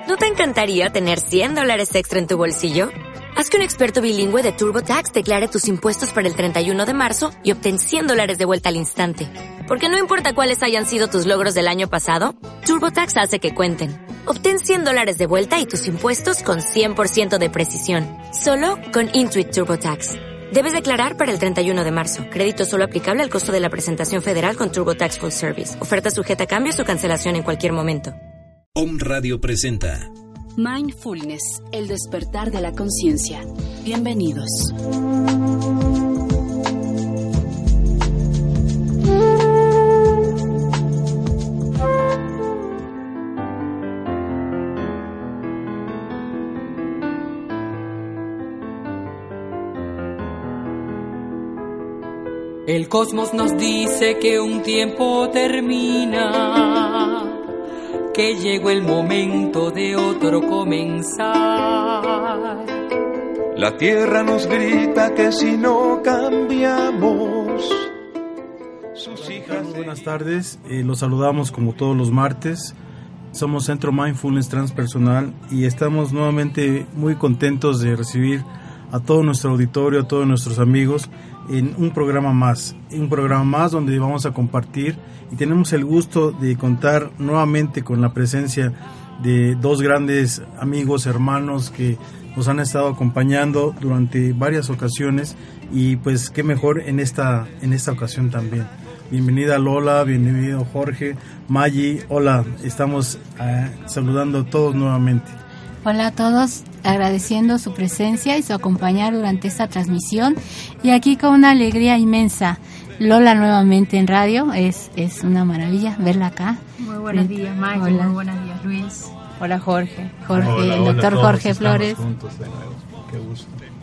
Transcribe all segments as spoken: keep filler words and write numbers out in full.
¿No te encantaría tener cien dólares extra en tu bolsillo? Haz que un experto bilingüe de TurboTax declare tus impuestos para el treinta y uno de marzo y obtén cien dólares de vuelta al instante. Porque no importa cuáles hayan sido tus logros del año pasado, TurboTax hace que cuenten. Obtén cien dólares de vuelta y tus impuestos con cien por ciento de precisión. Solo con Intuit TurboTax. Debes declarar para el treinta y uno de marzo. Crédito solo aplicable al costo de la presentación federal con TurboTax Full Service. Oferta sujeta a cambios o cancelación en cualquier momento. Om Radio presenta Mindfulness, el despertar de la conciencia. Bienvenidos. El cosmos nos dice que un tiempo termina, que llegó el momento de otro comenzar. La tierra nos grita que si no cambiamos, sus hijas... Buenas tardes, eh, los saludamos como todos los martes. Somos Centro Mindfulness Transpersonal y estamos nuevamente muy contentos de recibir a todo nuestro auditorio, a todos nuestros amigos en un programa más, un programa más donde vamos a compartir y tenemos el gusto de contar nuevamente con la presencia de dos grandes amigos, hermanos que nos han estado acompañando durante varias ocasiones y pues qué mejor en esta, en esta ocasión también. Bienvenida Lola, bienvenido Jorge, Maggi, hola, estamos uh, saludando a todos nuevamente. Hola a todos, agradeciendo su presencia y su acompañar durante esta transmisión y aquí con una alegría inmensa. Lola nuevamente en radio, es es una maravilla verla acá. Muy buenos días, Maggi, muy buenos días, Luis. Hola Jorge, Jorge, hola, el hola, doctor todos Jorge Flores. Juntos de nuevo. Qué gusto.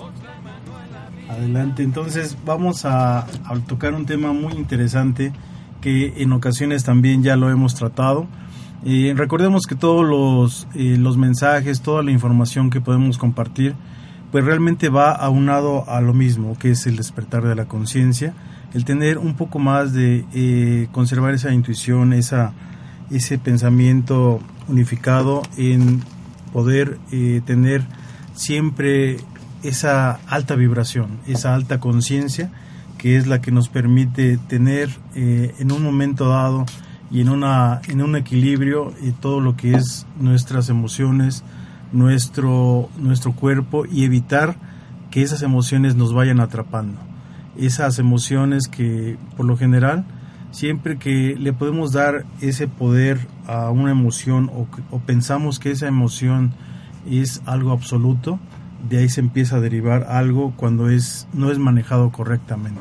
Adelante, entonces vamos a, a tocar un tema muy interesante que en ocasiones también ya lo hemos tratado. Eh, recordemos que todos los, eh, los mensajes, toda la información que podemos compartir, pues realmente va aunado a lo mismo, que es el despertar de la conciencia, el tener un poco más de eh, conservar esa intuición, esa, ese pensamiento unificado en poder eh, tener siempre esa alta vibración, esa alta conciencia, que es la que nos permite tener eh, en un momento dado y en una en un equilibrio y todo lo que es nuestras emociones, nuestro nuestro cuerpo y evitar que esas emociones nos vayan atrapando. Esas emociones que por lo general siempre que le podemos dar ese poder a una emoción o, o pensamos que esa emoción es algo absoluto, de ahí se empieza a derivar algo cuando es no es manejado correctamente.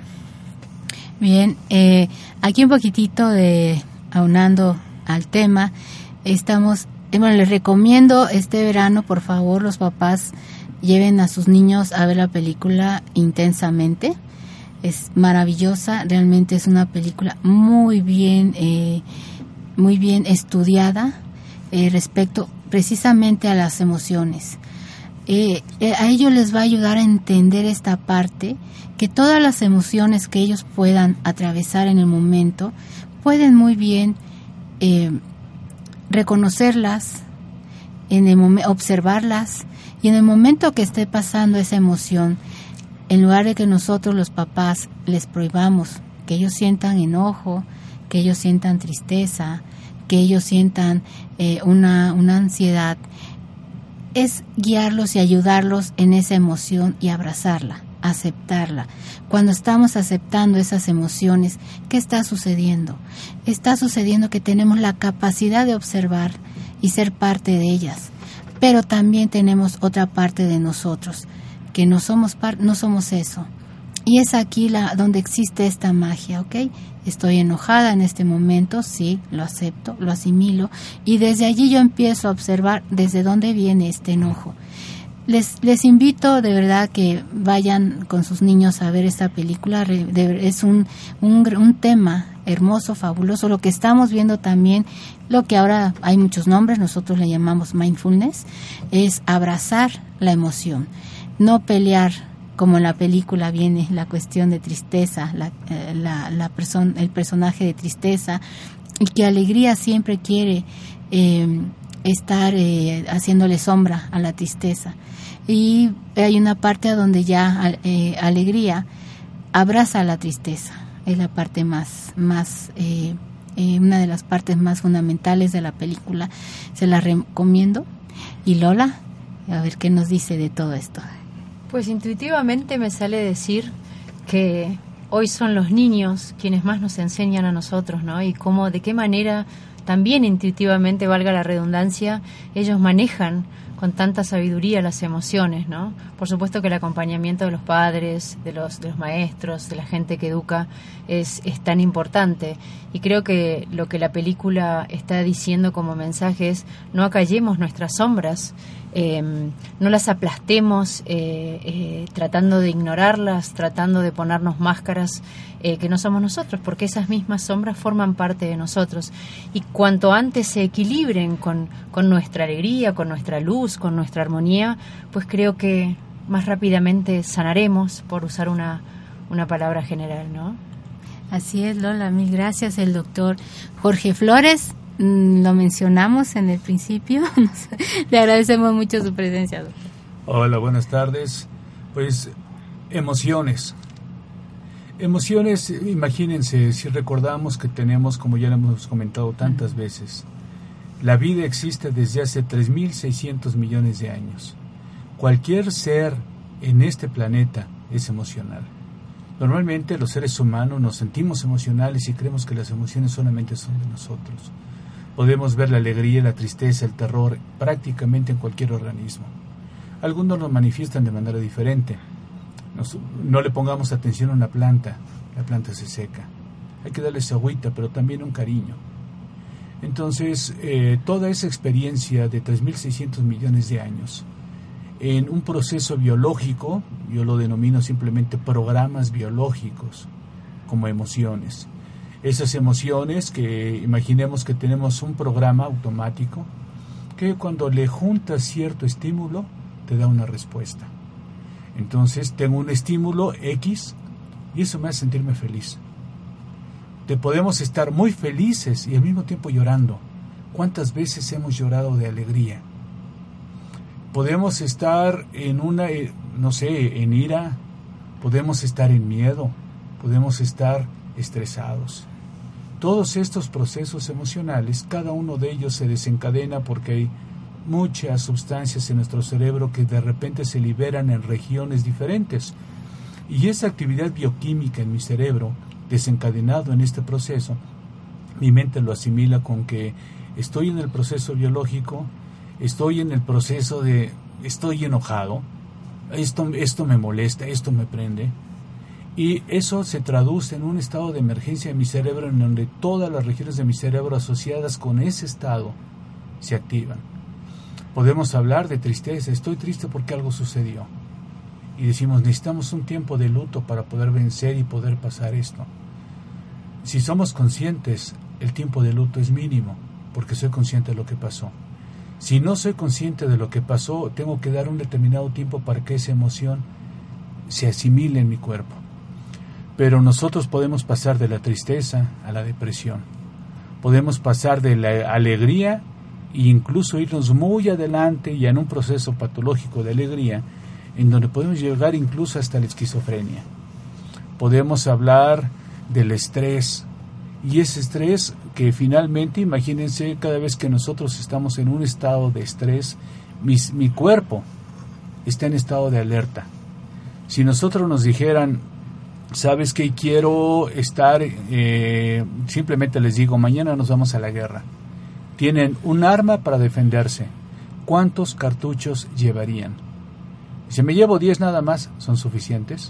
Bien, eh, aquí un poquitito de aunando al tema, estamos, eh, bueno, les recomiendo este verano, por favor, los papás lleven a sus niños a ver la película Intensamente. Es maravillosa, realmente es una película muy bien, eh, muy bien estudiada eh, respecto precisamente a las emociones. Eh, eh, a ellos les va a ayudar a entender esta parte, que todas las emociones que ellos puedan atravesar en el momento, pueden muy bien eh, reconocerlas, en el mom- observarlas, y en el momento que esté pasando esa emoción, en lugar de que nosotros los papás les prohibamos que ellos sientan enojo, que ellos sientan tristeza, que ellos sientan eh, una, una ansiedad, es guiarlos y ayudarlos en esa emoción y abrazarla, aceptarla. Cuando estamos aceptando esas emociones, ¿qué está sucediendo? Está sucediendo que tenemos la capacidad de observar y ser parte de ellas, pero también tenemos otra parte de nosotros, que no somos par- no somos eso. Y es aquí la donde existe esta magia, ¿ok? Estoy enojada en este momento, sí, lo acepto, lo asimilo, y desde allí yo empiezo a observar desde dónde viene este enojo. Les les invito de verdad que vayan con sus niños a ver esta película, es un, un, un tema hermoso, fabuloso, lo que estamos viendo también, lo que ahora hay muchos nombres, nosotros le llamamos mindfulness, es abrazar la emoción, no pelear, como en la película viene la cuestión de tristeza, la, eh, la, la person- el personaje de tristeza, y que alegría siempre quiere eh, estar eh, haciéndole sombra a la tristeza. Y hay una parte donde ya eh, alegría abraza a la tristeza. Es la parte más, más eh, eh, una de las partes más fundamentales de la película. Se la recomiendo. Y Lola, a ver qué nos dice de todo esto. Pues intuitivamente me sale decir que hoy son los niños quienes más nos enseñan a nosotros, ¿no? Y cómo, de qué manera, también intuitivamente, valga la redundancia, ellos manejan con tanta sabiduría las emociones, ¿no? Por supuesto que el acompañamiento de los padres, de los, de los maestros, de la gente que educa es, es tan importante. Y creo que lo que la película está diciendo como mensaje es: no acallemos nuestras sombras, eh, no las aplastemos eh, eh, tratando de ignorarlas, tratando de ponernos máscaras eh, que no somos nosotros, porque esas mismas sombras forman parte de nosotros. Y cuanto antes se equilibren con, con nuestra alegría, con nuestra luz, con nuestra armonía, pues creo que más rápidamente sanaremos, por usar una, una palabra general, ¿no? Así es, Lola, mil gracias. El doctor Jorge Flores, mmm, lo mencionamos en el principio. Le agradecemos mucho su presencia, doctor. Hola, buenas tardes. Pues emociones. Emociones, imagínense, si recordamos que tenemos, como ya lo hemos comentado tantas veces, la vida existe desde hace tres mil seiscientos millones de años. Cualquier ser en este planeta es emocional. Normalmente los seres humanos nos sentimos emocionales y creemos que las emociones solamente son de nosotros. Podemos ver la alegría, la tristeza, el terror prácticamente en cualquier organismo. Algunos lo manifiestan de manera diferente. Nos, no le pongamos atención a una planta, la planta se seca. Hay que darle su agüita, pero también un cariño. Entonces, eh, toda esa experiencia de tres mil seiscientos millones de años, en un proceso biológico, yo lo denomino simplemente programas biológicos, como emociones. Esas emociones que imaginemos que tenemos un programa automático, que cuando le juntas cierto estímulo, te da una respuesta. Entonces, tengo un estímulo X y eso me hace sentirme feliz. Te podemos estar muy felices y al mismo tiempo llorando. ¿Cuántas veces hemos llorado de alegría? Podemos estar en una, no sé, en ira, podemos estar en miedo, podemos estar estresados. Todos estos procesos emocionales, cada uno de ellos se desencadena porque hay muchas sustancias en nuestro cerebro que de repente se liberan en regiones diferentes. Y esa actividad bioquímica en mi cerebro, desencadenado en este proceso, mi mente lo asimila con que estoy en el proceso biológico, estoy en el proceso de, estoy enojado, esto, esto me molesta, esto me prende, y eso se traduce en un estado de emergencia en mi cerebro en donde todas las regiones de mi cerebro asociadas con ese estado se activan. Podemos hablar de tristeza, estoy triste porque algo sucedió, y decimos necesitamos un tiempo de luto para poder vencer y poder pasar esto. Si somos conscientes, el tiempo de luto es mínimo, porque soy consciente de lo que pasó. Si no soy consciente de lo que pasó, tengo que dar un determinado tiempo para que esa emoción se asimile en mi cuerpo. Pero nosotros podemos pasar de la tristeza a la depresión. Podemos pasar de la alegría e incluso irnos muy adelante y en un proceso patológico de alegría, en donde podemos llegar incluso hasta la esquizofrenia. Podemos hablar del estrés, y ese estrés que finalmente, imagínense, cada vez que nosotros estamos en un estado de estrés, mi, mi cuerpo está en estado de alerta. Si nosotros nos dijeran, ¿sabes qué? Quiero estar, eh, simplemente les digo, mañana nos vamos a la guerra. Tienen un arma para defenderse. ¿Cuántos cartuchos llevarían? Si me llevo diez nada más, ¿son suficientes?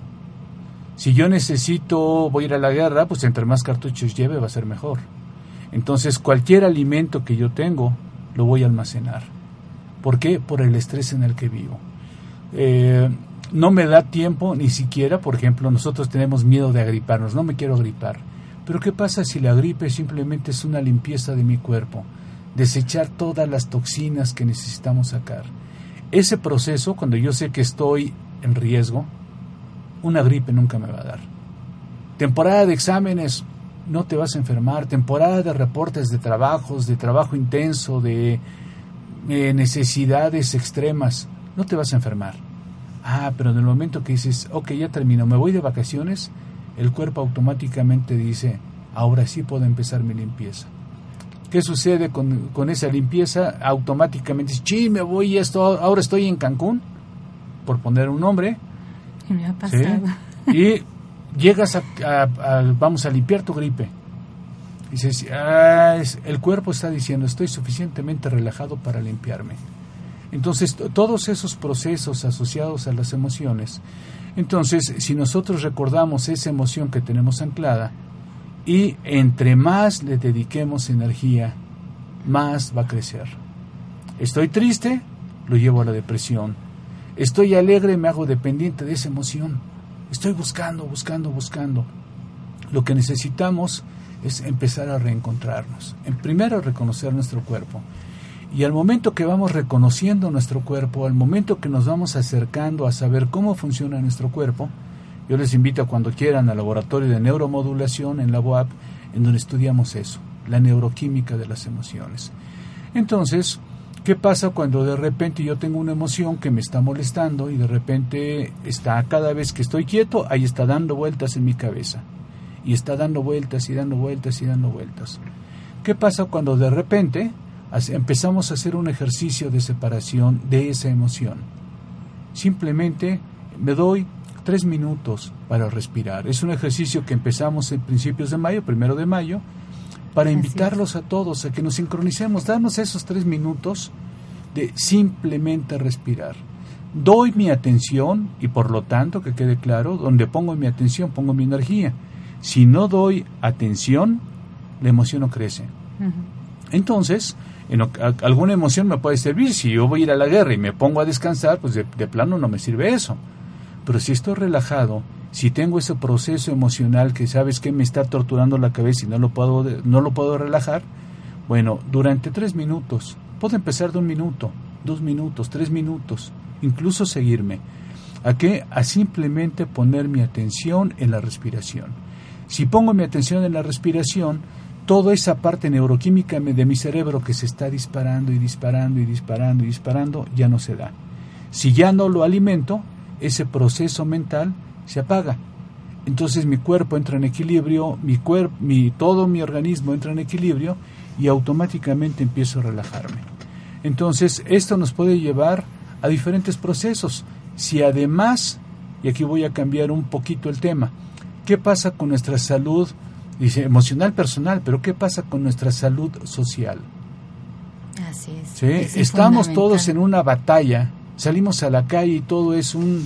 Si yo necesito, voy a ir a la guerra, pues entre más cartuchos lleve va a ser mejor. Entonces cualquier alimento que yo tengo, lo voy a almacenar. ¿Por qué? Por el estrés en el que vivo. Eh, no me da tiempo ni siquiera, por ejemplo, nosotros tenemos miedo de agriparnos, no me quiero agripar. Pero ¿qué pasa si la gripe simplemente es una limpieza de mi cuerpo? Desechar todas las toxinas que necesitamos sacar. Ese proceso, cuando yo sé que estoy en riesgo, una gripe nunca me va a dar. Temporada de exámenes, no te vas a enfermar. Temporada de reportes de trabajos, de trabajo intenso, de eh, necesidades extremas, no te vas a enfermar. Ah, pero en el momento que dices, ok, ya termino, me voy de vacaciones, el cuerpo automáticamente dice, ahora sí puedo empezar mi limpieza. ¿Qué sucede con, con esa limpieza? Automáticamente dices, sí, me voy, esto, ahora estoy en Cancún, por poner un nombre. Y me ha pasado. ¿Sí? Y llegas a, a, a, vamos a limpiar tu gripe. Dices, ah, es, el cuerpo está diciendo, estoy suficientemente relajado para limpiarme. Entonces, t- todos esos procesos asociados a las emociones, entonces, si nosotros recordamos esa emoción que tenemos anclada, y entre más le dediquemos energía, más va a crecer. Estoy triste, lo llevo a la depresión. Estoy alegre, me hago dependiente de esa emoción. Estoy buscando, buscando, buscando. Lo que necesitamos es empezar a reencontrarnos. En primero, reconocer nuestro cuerpo. Y al momento que vamos reconociendo nuestro cuerpo, al momento que nos vamos acercando a saber cómo funciona nuestro cuerpo, yo les invito a cuando quieran al laboratorio de neuromodulación en la U A P, en donde estudiamos eso, la neuroquímica de las emociones. Entonces, ¿qué pasa cuando de repente yo tengo una emoción que me está molestando y de repente está cada vez que estoy quieto, ahí está dando vueltas en mi cabeza? Y está dando vueltas y dando vueltas y dando vueltas. ¿Qué pasa cuando de repente empezamos a hacer un ejercicio de separación de esa emoción? Simplemente me doy tres minutos para respirar. Es un ejercicio que empezamos en principios de mayo, primero de mayo, para invitarlos a todos a que nos sincronicemos, darnos esos tres minutos de simplemente respirar. Doy mi atención y por lo tanto, que quede claro, donde pongo mi atención, pongo mi energía. Si no doy atención, la emoción no crece. Uh-huh. Entonces, en, a, alguna emoción me puede servir. Si yo voy a ir a la guerra y me pongo a descansar, pues de, de plano no me sirve eso. Pero si estoy relajado, si tengo ese proceso emocional que sabes que me está torturando la cabeza y no lo puedo, no lo puedo relajar, bueno, durante tres minutos, puedo empezar de un minuto, dos minutos, tres minutos, incluso seguirme. ¿A qué? A simplemente poner mi atención en la respiración. Si pongo mi atención en la respiración, toda esa parte neuroquímica de mi cerebro que se está disparando y disparando y disparando y disparando, ya no se da. Si ya no lo alimento, ese proceso mental se apaga. Entonces mi cuerpo entra en equilibrio, mi cuerpo, mi, todo mi organismo entra en equilibrio y automáticamente empiezo a relajarme. Entonces esto nos puede llevar a diferentes procesos. Si además, y aquí voy a cambiar un poquito el tema, ¿qué pasa con nuestra salud? Dice emocional personal, pero ¿qué pasa con nuestra salud social? Así es. ¿Sí? Es Estamos todos en una batalla, salimos a la calle y todo es un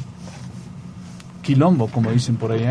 quilombo, como dicen por allá.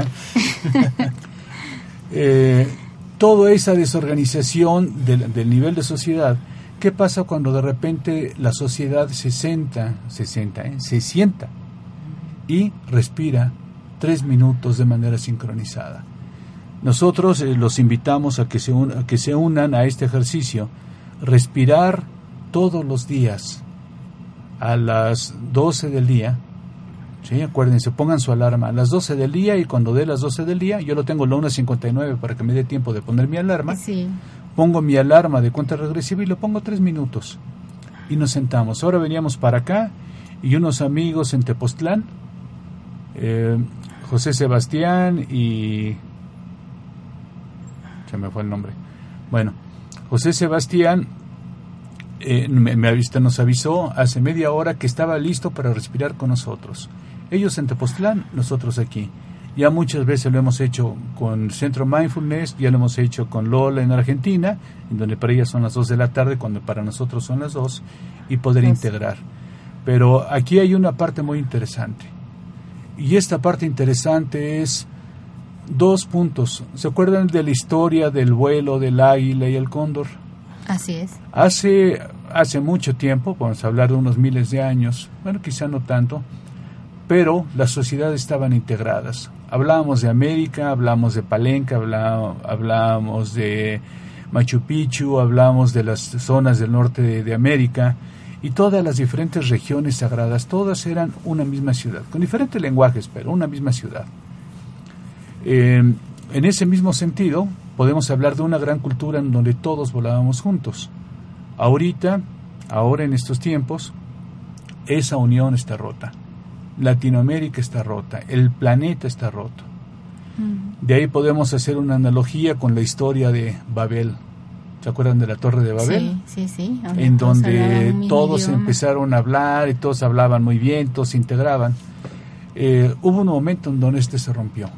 eh, toda esa desorganización del, del nivel de sociedad. ¿Qué pasa cuando de repente la sociedad se sienta, se sienta, ¿eh? se sienta y respira tres minutos de manera sincronizada? Nosotros eh, los invitamos a que, se un, a que se unan a este ejercicio. Respirar todos los días a las doce del día. Sí, acuérdense, pongan su alarma a las doce del día y cuando dé las doce del día, yo lo tengo a la una cincuenta y nueve para que me dé tiempo de poner mi alarma. Sí. Pongo mi alarma de cuenta regresiva y lo pongo tres minutos. Y nos sentamos. Ahora veníamos para acá y unos amigos en Tepoztlán, eh, José Sebastián y... se me fue el nombre. Bueno, José Sebastián eh, me, me avista, nos avisó hace media hora que estaba listo para respirar con nosotros. Ellos en Tepoztlán, nosotros aquí. Ya muchas veces lo hemos hecho con Centro Mindfulness, ya lo hemos hecho con Lola en Argentina, en donde para ellas son las dos de la tarde, cuando para nosotros son las dos, y poder yes. integrar. Pero aquí hay una parte muy interesante. Y esta parte interesante es dos puntos. ¿Se acuerdan de la historia del vuelo del águila y el cóndor? Así es. Hace, hace mucho tiempo, vamos a hablar de unos miles de años, bueno, quizá no tanto, pero las sociedades estaban integradas. Hablábamos de América, hablábamos de Palenque, hablábamos, hablábamos de Machu Picchu, hablábamos de las zonas del norte de, de América, y todas las diferentes regiones sagradas, todas eran una misma ciudad, con diferentes lenguajes, pero una misma ciudad. Eh, en ese mismo sentido, podemos hablar de una gran cultura en donde todos volábamos juntos. Ahorita, ahora en estos tiempos, esa unión está rota. Latinoamérica está rota, el planeta está roto. De ahí podemos hacer una analogía con la historia de Babel. ¿Se acuerdan de la Torre de Babel? Sí, sí, sí. En todos donde todos idioma. empezaron a hablar y todos hablaban muy bien, todos se integraban. Eh, hubo un momento en donde este se rompió.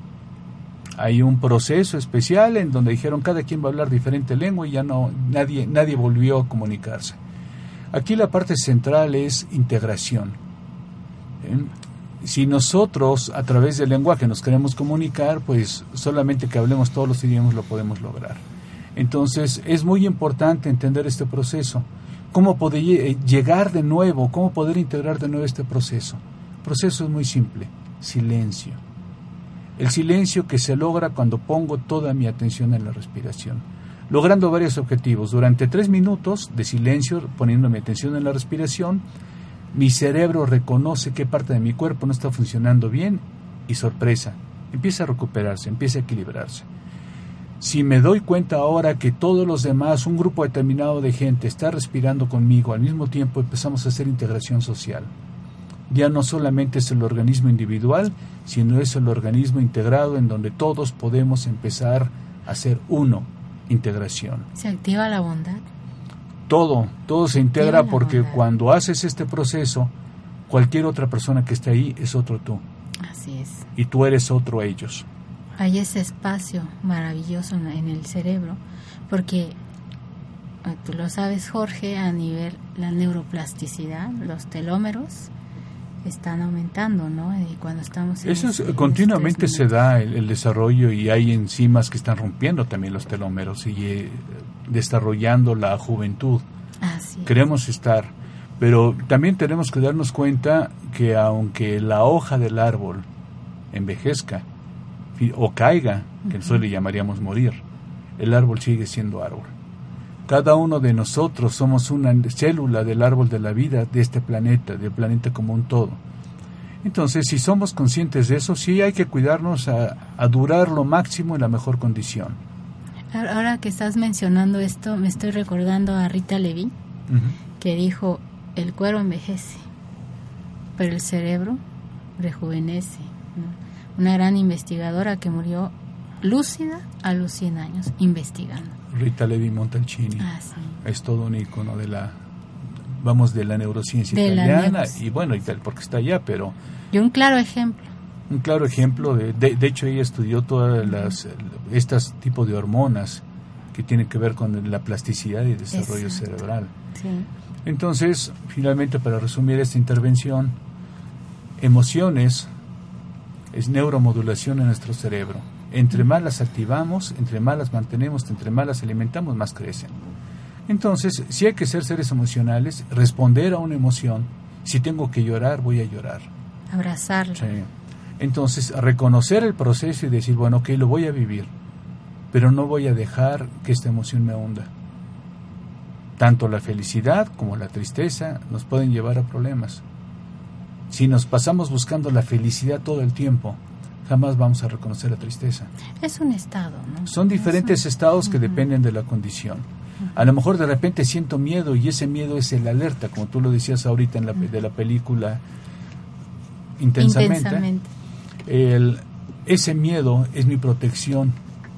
Hay un proceso especial en donde dijeron cada quien va a hablar diferente lengua y ya no nadie nadie volvió a comunicarse. Aquí la parte central es integración. ¿Eh? Si nosotros a través del lenguaje nos queremos comunicar, pues solamente que hablemos todos los idiomas lo podemos lograr. Entonces es muy importante entender este proceso. ¿Cómo poder llegar de nuevo? ¿Cómo poder integrar de nuevo este proceso? El proceso es muy simple, silencio. El silencio que se logra cuando pongo toda mi atención en la respiración, logrando varios objetivos. Durante tres minutos de silencio, poniendo mi atención en la respiración, mi cerebro reconoce qué parte de mi cuerpo no está funcionando bien y sorpresa, empieza a recuperarse, empieza a equilibrarse. Si me doy cuenta ahora que todos los demás, un grupo determinado de gente está respirando conmigo al mismo tiempo, empezamos a hacer integración social. Ya no solamente es el organismo individual, sino es el organismo integrado en donde todos podemos empezar a ser uno, integración. ¿Se activa la bondad? Todo, todo se integra porque cuando haces este proceso, cualquier otra persona que esté ahí es otro tú. Así es. Y tú eres otro ellos. Hay ese espacio maravilloso en el cerebro, porque tú lo sabes, Jorge, a nivel la neuroplasticidad, los telómeros están aumentando, ¿no? Y cuando estamos en eso es, ese, continuamente se da el, el desarrollo y hay enzimas que están rompiendo también los telómeros y eh, desarrollando la juventud. Así Queremos es. estar, pero también tenemos que darnos cuenta que aunque la hoja del árbol envejezca o caiga, que uh-huh. nosotros le llamaríamos morir, el árbol sigue siendo árbol. Cada uno de nosotros somos una célula del árbol de la vida de este planeta, del planeta como un todo. Entonces, si somos conscientes de eso, sí hay que cuidarnos a, a durar lo máximo en la mejor condición. Ahora que estás mencionando esto, me estoy recordando a Rita Levi, uh-huh. que dijo, el cuero envejece, pero el cerebro rejuvenece, ¿no? Una gran investigadora que murió lúcida a los cien años, investigando. Rita Levi Montalcini. Ah, sí. Es todo un icono de la, vamos, de la neurociencia de italiana, la y bueno, y tal, porque está allá, pero... Y un claro ejemplo. Un claro ejemplo, de, de, de hecho ella estudió todas las, estas tipos de hormonas que tienen que ver con la plasticidad y desarrollo Exacto. cerebral. Sí. Entonces, finalmente, para resumir esta intervención, emociones es neuromodulación en nuestro cerebro. Entre más las activamos, entre más las mantenemos, entre más las alimentamos, más crecen. Entonces, si hay que ser seres emocionales, responder a una emoción, si tengo que llorar, voy a llorar. Abrazarlo. Sí. Entonces, reconocer el proceso y decir, bueno, ok, lo voy a vivir, pero no voy a dejar que esta emoción me hunda. Tanto la felicidad como la tristeza nos pueden llevar a problemas. Si nos pasamos buscando la felicidad todo el tiempo, jamás vamos a reconocer la tristeza. Es un estado, ¿no? Son diferentes un... estados que uh-huh. dependen de la condición. Uh-huh. A lo mejor de repente siento miedo y ese miedo es el alerta, como tú lo decías ahorita en la, uh-huh. de la película Intensamente. Intensamente. El, ese miedo es mi protección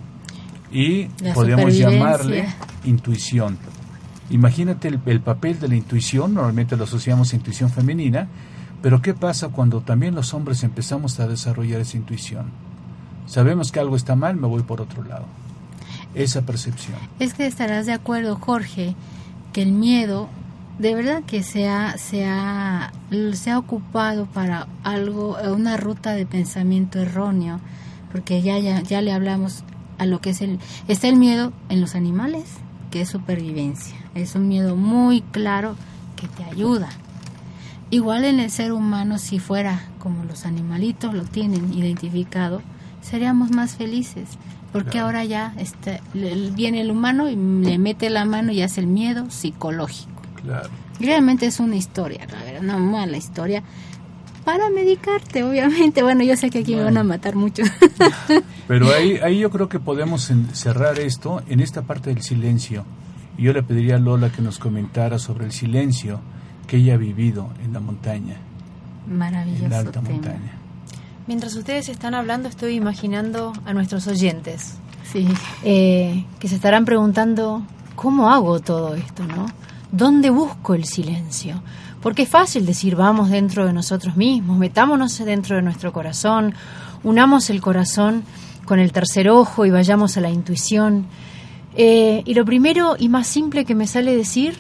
y la podemos llamarle intuición. Imagínate el, el papel de la intuición, normalmente lo asociamos a intuición femenina, pero ¿qué pasa cuando también los hombres empezamos a desarrollar esa intuición? Sabemos que algo está mal, me voy por otro lado. Esa percepción. Es que estarás de acuerdo, Jorge, que el miedo de verdad que se ha, se ha, se ha ocupado para algo, una ruta de pensamiento erróneo, porque ya, ya, ya le hablamos a lo que es el... Está el miedo en los animales, que es supervivencia. Es un miedo muy claro que te ayuda. Igual en el ser humano, si fuera como los animalitos lo tienen identificado, seríamos más felices, porque claro. ahora ya está, viene el humano y le mete la mano y hace el miedo psicológico. Claro. Realmente es una historia, la verdad, una mala historia para medicarte, obviamente. Bueno, yo sé que aquí bueno. me van a matar mucho. Pero ahí, ahí yo creo que podemos cerrar esto en esta parte del silencio. Y yo le pediría a Lola que nos comentara sobre el silencio que ella ha vivido en la montaña. Maravilloso en la alta tema. montaña. Mientras ustedes están hablando, estoy imaginando a nuestros oyentes. Sí. Eh, que se estarán preguntando, ¿cómo hago todo esto, no? ¿Dónde busco el silencio? Porque es fácil decir, vamos dentro de nosotros mismos, metámonos dentro de nuestro corazón, unamos el corazón con el tercer ojo y vayamos a la intuición. Eh, y lo primero y más simple que me sale decir,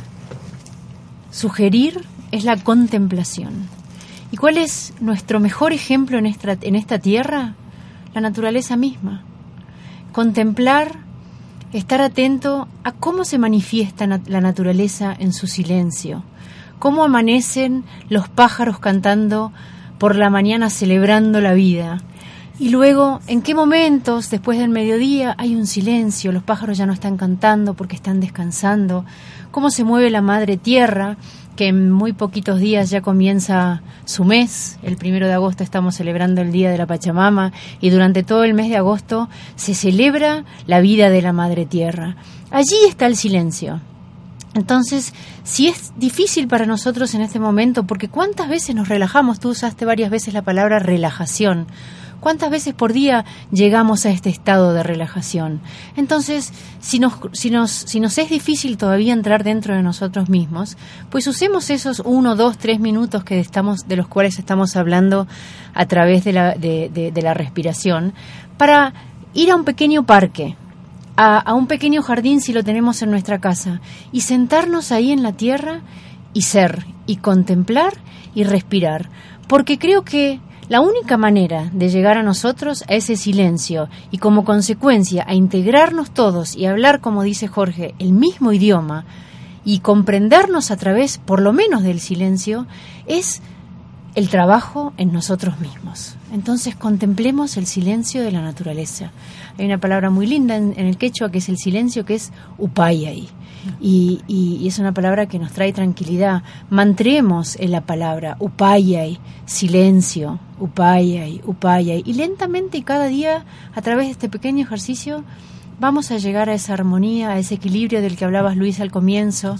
sugerir, es la contemplación. ¿Y cuál es nuestro mejor ejemplo en esta, en esta tierra? La naturaleza misma. Contemplar, estar atento a cómo se manifiesta la naturaleza en su silencio, cómo amanecen los pájaros cantando por la mañana celebrando la vida. Y luego, ¿en qué momentos después del mediodía hay un silencio? Los pájaros ya no están cantando porque están descansando. ¿Cómo se mueve la madre tierra? Que en muy poquitos días ya comienza su mes. El primero de agosto estamos celebrando el Día de la Pachamama y durante todo el mes de agosto se celebra la vida de la madre tierra. Allí está el silencio. Entonces, si es difícil para nosotros en este momento, porque ¿cuántas veces nos relajamos? Tú usaste varias veces la palabra relajación. ¿Cuántas veces por día llegamos a este estado de relajación? Entonces, si nos, si nos, si nos es difícil todavía entrar dentro de nosotros mismos, pues usemos esos uno, dos, tres minutos que estamos, de los cuales estamos hablando a través de la, de, de, de la respiración, para ir a un pequeño parque, a, a un pequeño jardín si lo tenemos en nuestra casa, y sentarnos ahí en la tierra y ser, y contemplar y respirar. Porque creo que la única manera de llegar a nosotros, a ese silencio, y como consecuencia a integrarnos todos y hablar, como dice Jorge, el mismo idioma, y comprendernos a través, por lo menos, del silencio, es el trabajo en nosotros mismos. Entonces contemplemos el silencio de la naturaleza. Hay una palabra muy linda en, en el quechua que es el silencio, que es upayay. Y, y, y es una palabra que nos trae tranquilidad. Mantremos en la palabra upayay, silencio, upayay, upayay. Y lentamente y cada día, a través de este pequeño ejercicio, vamos a llegar a esa armonía, a ese equilibrio del que hablabas, Luis, al comienzo.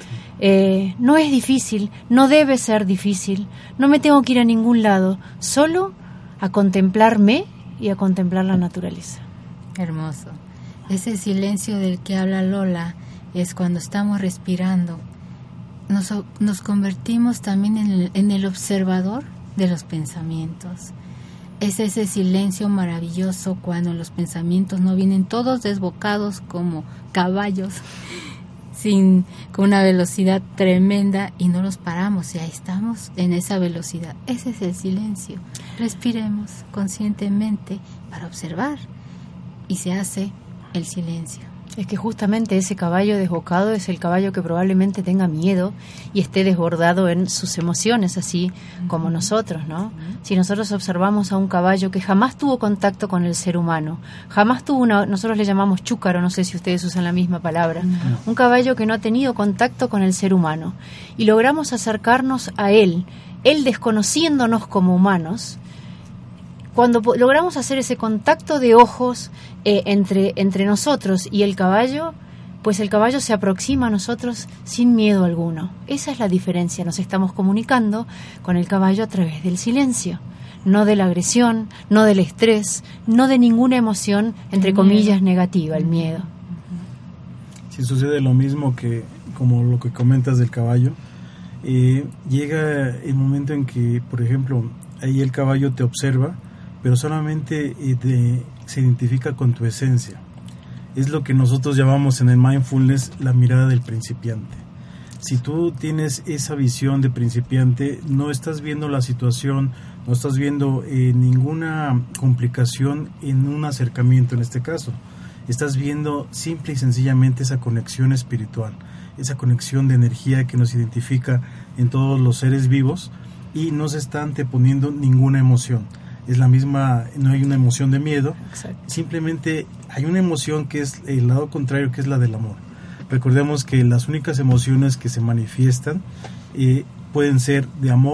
Eh, no es difícil, no debe ser difícil, no me tengo que ir a ningún lado, solo a contemplarme y a contemplar la naturaleza. Hermoso. Ese silencio del que habla Lola es cuando estamos respirando. Nos, nos convertimos también en el, en el observador de los pensamientos. Es ese silencio maravilloso cuando los pensamientos no vienen todos desbocados como caballos, sin, con una velocidad tremenda, y no los paramos, y ahí estamos en esa velocidad. Ese es el silencio. Respiremos conscientemente para observar, y se hace el silencio. Es que justamente ese caballo desbocado es el caballo que probablemente tenga miedo y esté desbordado en sus emociones, así uh-huh. como nosotros, ¿no? Uh-huh. Si nosotros observamos a un caballo que jamás tuvo contacto con el ser humano, jamás tuvo una, nosotros le llamamos chúcaro, no sé si ustedes usan la misma palabra, uh-huh. un caballo que no ha tenido contacto con el ser humano, y logramos acercarnos a él, él desconociéndonos como humanos. Cuando logramos hacer ese contacto de ojos eh, entre, entre nosotros y el caballo, pues el caballo se aproxima a nosotros sin miedo alguno. Esa es la diferencia. Nos estamos comunicando con el caballo a través del silencio, no de la agresión, no del estrés, no de ninguna emoción, entre el comillas, miedo. Negativa, el miedo. Si sucede lo mismo que como lo que comentas del caballo, eh, llega el momento en que, por ejemplo, ahí el caballo te observa, pero solamente eh, te, se identifica con tu esencia. Es lo que nosotros llamamos en el mindfulness la mirada del principiante. Si tú tienes esa visión de principiante, no estás viendo la situación, no estás viendo eh, ninguna complicación en un acercamiento en este caso. Estás viendo simple y sencillamente esa conexión espiritual, esa conexión de energía que nos identifica en todos los seres vivos, y no se está anteponiendo ninguna emoción. Es la misma, no hay una emoción de miedo. Exacto. Simplemente hay una emoción que es el lado contrario, que es la del amor. Recordemos que las únicas emociones que se manifiestan eh, pueden ser de amor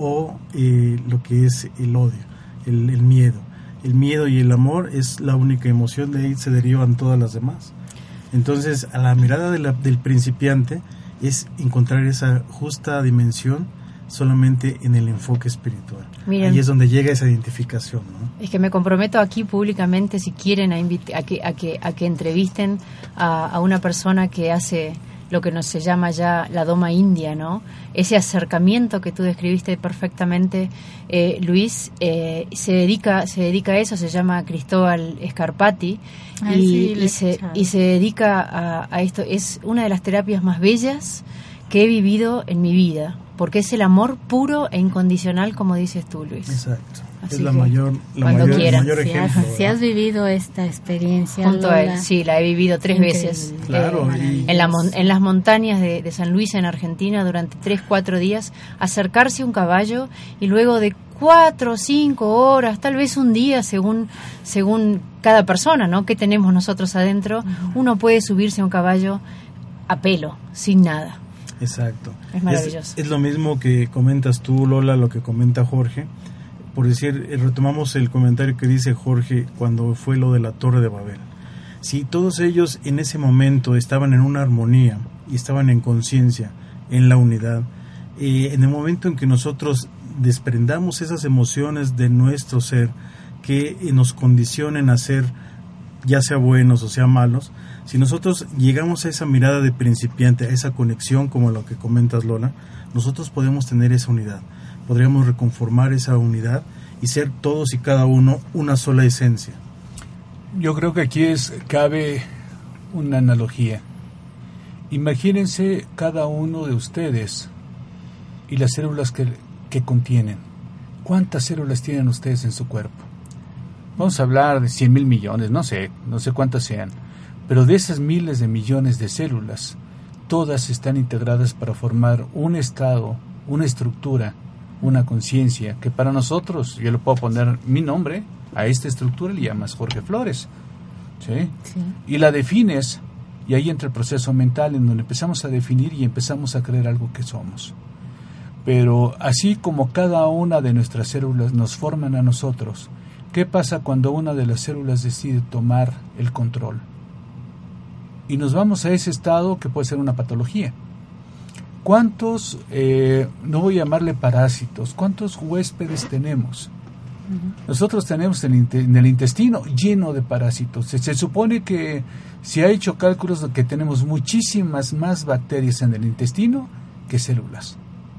o eh, lo que es el odio, el, el miedo. El miedo y el amor es la única emoción, de ahí se derivan todas las demás. Entonces, a la mirada de la, del principiante es encontrar esa justa dimensión solamente en el enfoque espiritual. Miren, ahí es donde llega esa identificación, ¿no? Es que me comprometo aquí públicamente, si quieren, a, invit- a, que, a, que, a que entrevisten a, a una persona que hace lo que nos se llama ya la doma india, ¿no? Ese acercamiento que tú describiste perfectamente, eh, Luis, eh, se dedica se dedica a eso, se llama Cristóbal Scarpati. Ay, y, sí, y, se, y se dedica a, a esto. Es una de las terapias más bellas que he vivido en mi vida, porque es el amor puro e incondicional, como dices tú, Luis. Exacto. Así es la que, mayor, la cuando mayor, quieran. mayor Si ejemplo. has, si has vivido esta experiencia, Junto a él, Lola, sí, la he vivido tres increíble. veces. Claro, Eh, y- en, la mon- en las montañas de, de San Luis, en Argentina, durante tres, cuatro días, acercarse a un caballo y luego de cuatro, cinco horas, tal vez un día, según según cada persona, ¿no? Que tenemos nosotros adentro, uh-huh. Uno puede subirse a un caballo a pelo, sin nada. Exacto. Es maravilloso. Es, es lo mismo que comentas tú, Lola, lo que comenta Jorge. Por decir, eh, retomamos el comentario que dice Jorge cuando fue lo de la Torre de Babel. Si todos ellos en ese momento estaban en una armonía y estaban en conciencia, en la unidad, eh, en el momento en que nosotros desprendamos esas emociones de nuestro ser que eh, nos condicionen a ser, ya sea buenos o sea malos, si nosotros llegamos a esa mirada de principiante, a esa conexión como lo que comentas, Lola, nosotros podemos tener esa unidad, podríamos reconformar esa unidad y ser todos y cada uno una sola esencia. Yo creo que aquí es cabe una analogía. Imagínense cada uno de ustedes y las células que, que contienen. ¿Cuántas células tienen ustedes en su cuerpo? Vamos a hablar de cien mil millones, no sé, no sé cuántas sean. Pero de esas miles de millones de células, todas están integradas para formar un estado, una estructura, una conciencia, que para nosotros, yo le puedo poner mi nombre, a esta estructura le llamas Jorge Flores, ¿sí? Sí. Y la defines, y ahí entra el proceso mental en donde empezamos a definir y empezamos a creer algo que somos. Pero así como cada una de nuestras células nos forman a nosotros, ¿qué pasa cuando una de las células decide tomar el control? Y nos vamos a ese estado que puede ser una patología. ¿Cuántos, eh, no voy a llamarle parásitos, cuántos huéspedes tenemos? Uh-huh. Nosotros tenemos el in- en el intestino lleno de parásitos. Se, se supone que se ha hecho cálculos de que tenemos muchísimas más bacterias en el intestino que células.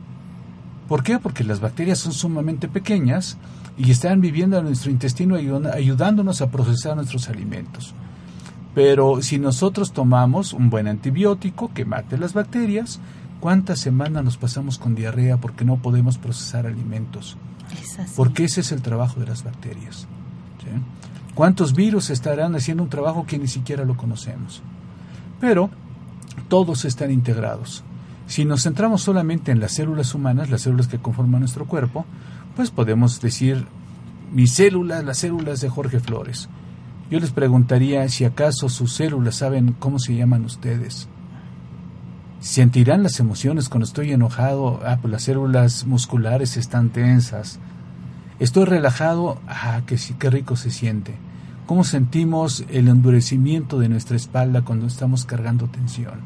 ¿Por qué? Porque las bacterias son sumamente pequeñas y están viviendo en nuestro intestino ayud- ayudándonos a procesar nuestros alimentos. Pero si nosotros tomamos un buen antibiótico que mate las bacterias, ¿cuántas semanas nos pasamos con diarrea porque no podemos procesar alimentos? Es así. Porque ese es el trabajo de las bacterias, ¿sí? ¿Cuántos virus estarán haciendo un trabajo que ni siquiera lo conocemos? Pero todos están integrados. Si nos centramos solamente en las células humanas, las células que conforman nuestro cuerpo, pues podemos decir, mis células, las células de Jorge Flores. Yo les preguntaría si acaso sus células saben cómo se llaman ustedes. ¿Sentirán las emociones cuando estoy enojado? Ah, pues las células musculares están tensas. Estoy relajado, ah, que sí, qué rico se siente. ¿Cómo sentimos el endurecimiento de nuestra espalda cuando estamos cargando tensión?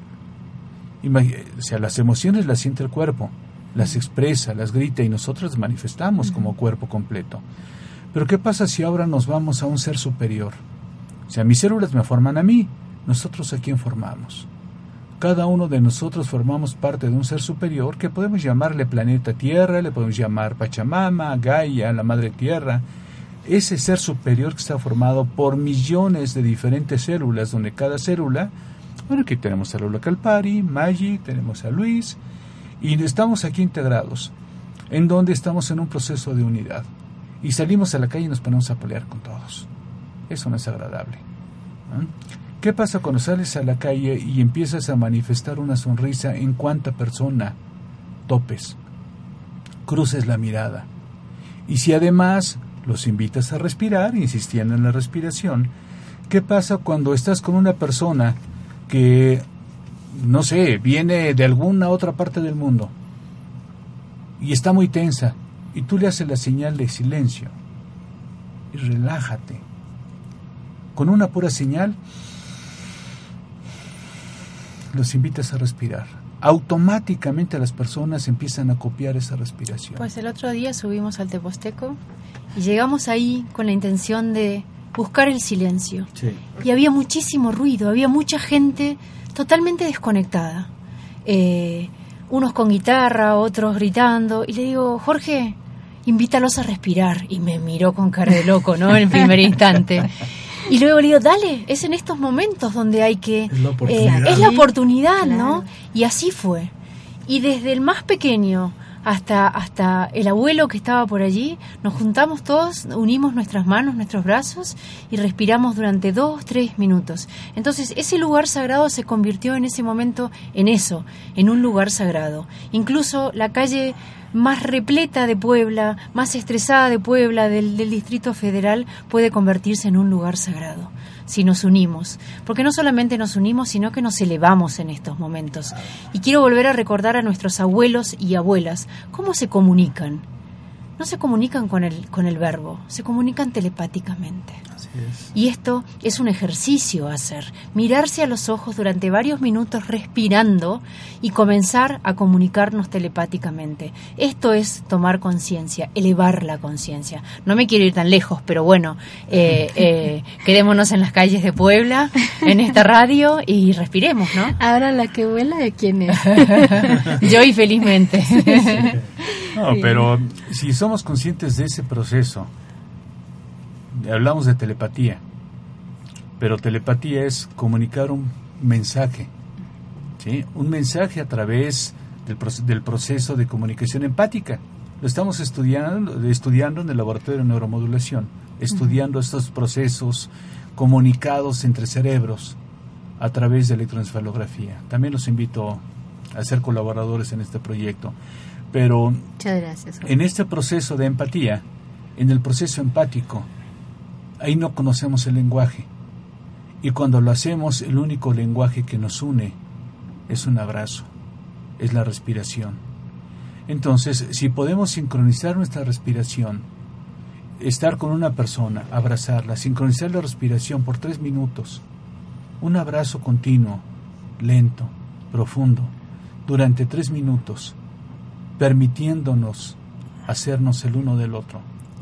Imag- o sea, las emociones las siente el cuerpo, las expresa, las grita y nosotros las manifestamos como cuerpo completo. Pero ¿qué pasa si ahora nos vamos a un ser superior? O sea, mis células me forman a mí, nosotros a quién formamos. Cada uno de nosotros formamos parte de un ser superior que podemos llamarle planeta Tierra, le podemos llamar Pachamama, Gaia, la Madre Tierra. Ese ser superior que está formado por millones de diferentes células, donde cada célula, bueno, aquí tenemos a Lola Calpari, Maggi, tenemos a Luis, y estamos aquí integrados, en donde estamos en un proceso de unidad. Y salimos a la calle y nos ponemos a pelear con todos. Eso no es agradable, ¿no? ¿Qué pasa cuando sales a la calle y empiezas a manifestar una sonrisa en cuanta persona topes? Cruces la mirada. Y si además los invitas a respirar, insistiendo en la respiración, ¿qué pasa cuando estás con una persona que, no sé, viene de alguna otra parte del mundo y está muy tensa? y tú le haces la señal de silencio y relájate. Con una pura señal los invitas a respirar. Automáticamente las personas empiezan a copiar esa respiración. Pues el otro día subimos al Teposteco y llegamos ahí con la intención de buscar el silencio. Sí. Y había muchísimo ruido, había mucha gente totalmente desconectada. Eh, unos con guitarra, otros gritando. Y le digo, Jorge, invítalos a respirar. Y me miró con cara de loco, ¿no? En el primer instante. Y luego le digo, dale, es en estos momentos donde hay que... Es la oportunidad, eh, es la oportunidad, Claro. ¿no? Y así fue. Y desde el más pequeño hasta, hasta el abuelo que estaba por allí, nos juntamos todos, unimos nuestras manos, nuestros brazos y respiramos durante dos, tres minutos. Entonces ese lugar sagrado se convirtió en ese momento en eso, en un lugar sagrado. Incluso la calle más repleta de Puebla, más estresada de Puebla, del, del Distrito Federal, puede convertirse en un lugar sagrado si nos unimos, porque no solamente nos unimos, sino que nos elevamos en estos momentos. Y quiero volver a recordar a nuestros abuelos y abuelas cómo se comunican. No se comunican con el, con el verbo, se comunican telepáticamente. Así es. Y esto es un ejercicio a hacer, mirarse a los ojos durante varios minutos respirando y comenzar a comunicarnos telepáticamente. Esto es tomar conciencia, elevar la conciencia. No me quiero ir tan lejos, pero bueno, eh, eh, quedémonos en las calles de Puebla, en esta radio, y respiremos, ¿no? Ahora la que vuela, ¿de quién es? Yo y felizmente. No, pero si somos conscientes de ese proceso, hablamos de telepatía, pero telepatía es comunicar un mensaje, ¿sí? Un mensaje a través del, proce- del proceso de comunicación empática. Lo estamos estudiando, estudiando en el laboratorio de neuromodulación, estudiando uh-huh. estos procesos comunicados entre cerebros a través de electroencefalografía. También los invito a ser colaboradores en este proyecto. Pero Muchas gracias, en este proceso de empatía, en el proceso empático, ahí no conocemos el lenguaje. Y cuando lo hacemos, el único lenguaje que nos une es un abrazo, es la respiración. Entonces, si podemos sincronizar nuestra respiración, estar con una persona, abrazarla, sincronizar la respiración por tres minutos, un abrazo continuo, lento, profundo, durante tres minutos, permitiéndonos hacernos el uno del otro.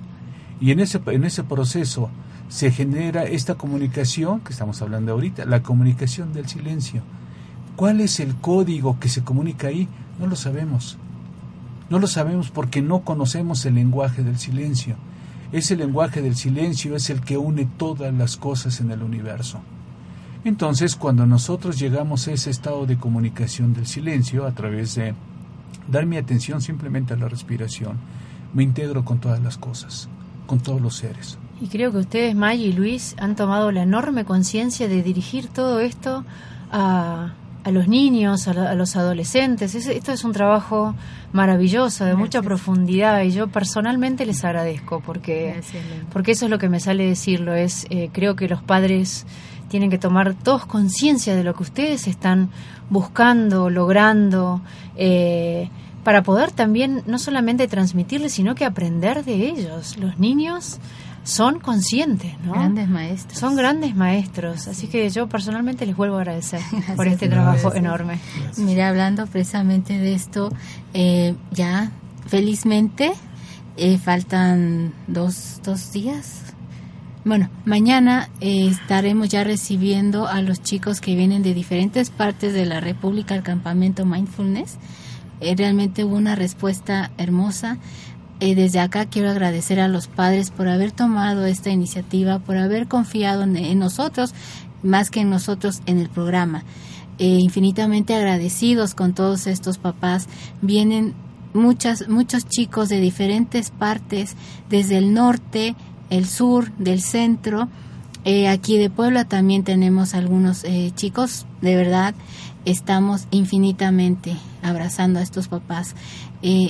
Y en ese, en ese proceso se genera esta comunicación que estamos hablando ahorita, la comunicación del silencio. ¿Cuál es el código que se comunica ahí? No lo sabemos. No lo sabemos porque no conocemos el lenguaje del silencio. Ese lenguaje del silencio es el que une todas las cosas en el universo. Entonces, cuando nosotros llegamos a ese estado de comunicación del silencio, a través de dar mi atención simplemente a la respiración, me integro con todas las cosas, con todos los seres. Y creo que ustedes, May y Luis, han tomado la enorme conciencia de dirigir todo esto a, a los niños, a, la, a los adolescentes. Es, esto es un trabajo maravilloso, de Gracias. Mucha profundidad, y yo personalmente les agradezco, porque, Gracias, porque eso es lo que me sale decirlo. Es, eh, creo que los padres tienen que tomar todos conciencia de lo que ustedes están buscando, logrando, eh, para poder también no solamente transmitirles, sino que aprender de ellos. Los niños son conscientes, ¿no? Grandes maestros. Son grandes maestros, así que yo personalmente les vuelvo a agradecer Gracias, por este trabajo gracias. enorme. Gracias. Mira, hablando precisamente de esto, eh, ya felizmente eh, faltan dos, dos días. Bueno, mañana eh, estaremos ya recibiendo a los chicos que vienen de diferentes partes de la República al campamento Mindfulness. Eh, realmente hubo una respuesta hermosa. Eh, desde acá quiero agradecer a los padres por haber tomado esta iniciativa, por haber confiado en, en nosotros, más que en nosotros en el programa. Eh, infinitamente agradecidos con todos estos papás. Vienen muchas, muchos chicos de diferentes partes, desde el norte, el sur, del centro. Eh, aquí de Puebla también tenemos algunos eh, chicos. De verdad, estamos infinitamente abrazando a estos papás. Eh,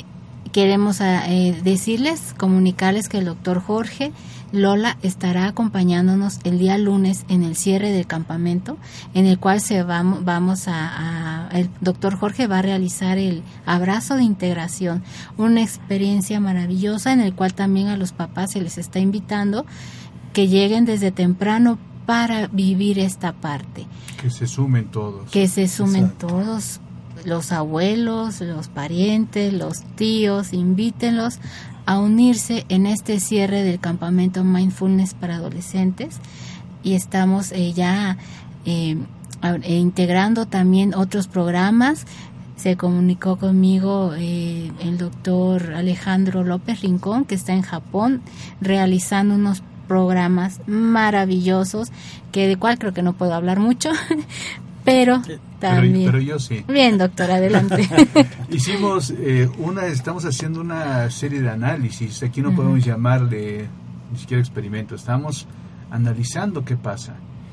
queremos eh, decirles, comunicarles que el doctor Jorge Lola estará acompañándonos el día lunes en el cierre del campamento, en el cual se vamos, vamos a, a el doctor Jorge va a realizar el abrazo de integración, una experiencia maravillosa en el cual también a los papás se les está invitando que lleguen desde temprano para vivir esta parte. Que se sumen todos. Que se sumen Exacto. todos, los abuelos, los parientes, los tíos, invítenlos a unirse en este cierre del campamento Mindfulness para adolescentes, y estamos eh, ya eh, eh, integrando también otros programas. Se comunicó conmigo eh, el doctor Alejandro López Rincón, que está en Japón realizando unos programas maravillosos, que de cual creo que no puedo hablar mucho, pero también. Pero, pero yo sí. Bien, doctor, adelante. Hicimos eh, una, estamos haciendo una serie de análisis. Aquí no Uh-huh. podemos llamarle ni siquiera experimento. Estamos analizando qué pasa.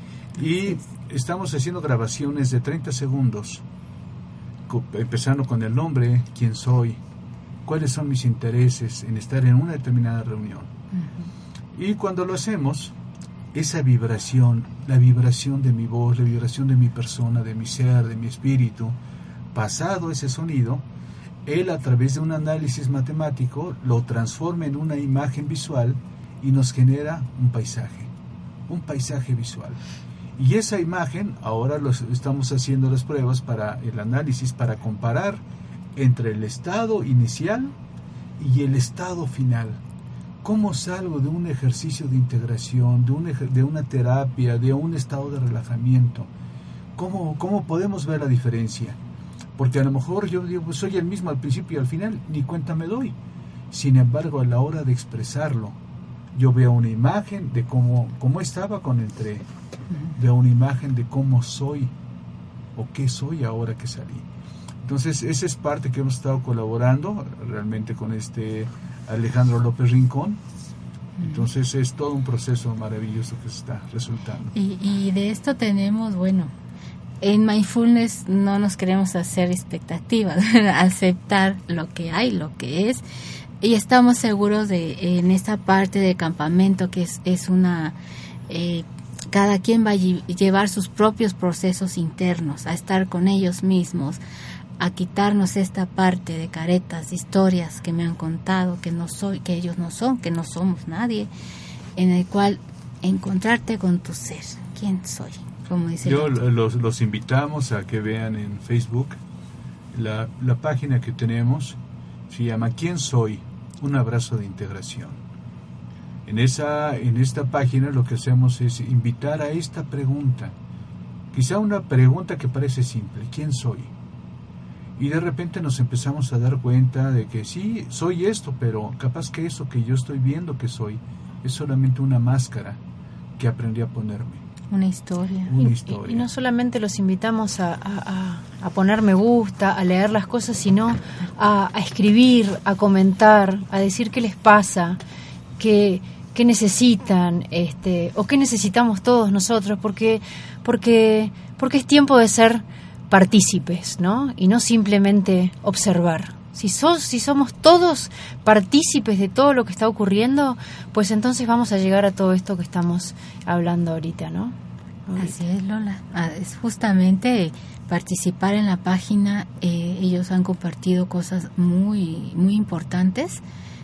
Y estamos haciendo grabaciones de treinta segundos, co- empezando con el nombre, quién soy, cuáles son mis intereses en estar en una determinada reunión. Uh-huh. Y cuando lo hacemos, esa vibración, la vibración de mi voz, la vibración de mi persona, de mi ser, de mi espíritu, pasado ese sonido, él a través de un análisis matemático lo transforma en una imagen visual y nos genera un paisaje, un paisaje visual. Y esa imagen, ahora los, estamos haciendo las pruebas para el análisis, para comparar entre el estado inicial y el estado final. ¿Cómo salgo de un ejercicio de integración, de, un ejer- de una terapia, de un estado de relajamiento? ¿Cómo, ¿Cómo podemos ver la diferencia? Porque a lo mejor yo digo, pues soy el mismo al principio y al final, ni cuenta me doy. Sin embargo, a la hora de expresarlo, yo veo una imagen de cómo, cómo estaba cuando entré, veo una imagen de cómo soy o qué soy ahora que salí. Entonces, esa es parte que hemos estado colaborando realmente con este Alejandro López Rincón. Entonces, es todo un proceso maravilloso que se está resultando. Y, y de esto tenemos, bueno, en Mindfulness no nos queremos hacer expectativas, aceptar lo que hay, lo que es, y estamos seguros de en esta parte de campamento que es, es una... Eh, cada quien va a lle- llevar sus propios procesos internos, a estar con ellos mismos, a quitarnos esta parte de caretas, de historias que me han contado, que no soy, que ellos no son, que no somos nadie, en el cual encontrarte con tu ser, quién soy, como dice Yo el otro. los, los invitamos a que vean en Facebook la, la página que tenemos, se llama ¿Quién soy? Un abrazo de integración. En esa, en esta página lo que hacemos es invitar a esta pregunta, quizá una pregunta que parece simple, ¿quién soy? Y de repente nos empezamos a dar cuenta de que sí, soy esto, pero capaz que eso que yo estoy viendo que soy es solamente una máscara que aprendí a ponerme. Una historia. Una Y, historia. y no solamente los invitamos a, a, a, a poner me gusta, a leer las cosas, sino a, a escribir, a comentar, a decir qué les pasa, qué, qué necesitan, este, o qué necesitamos todos nosotros, porque, porque, porque es tiempo de ser partícipes, ¿no? Y no simplemente observar. Si, sos, si somos todos partícipes de todo lo que está ocurriendo, pues entonces vamos a llegar a todo esto que estamos hablando ahorita, ¿no? Ahorita. Así es, Lola. Ah, es justamente participar en la página. Eh, ellos han compartido cosas muy, muy importantes,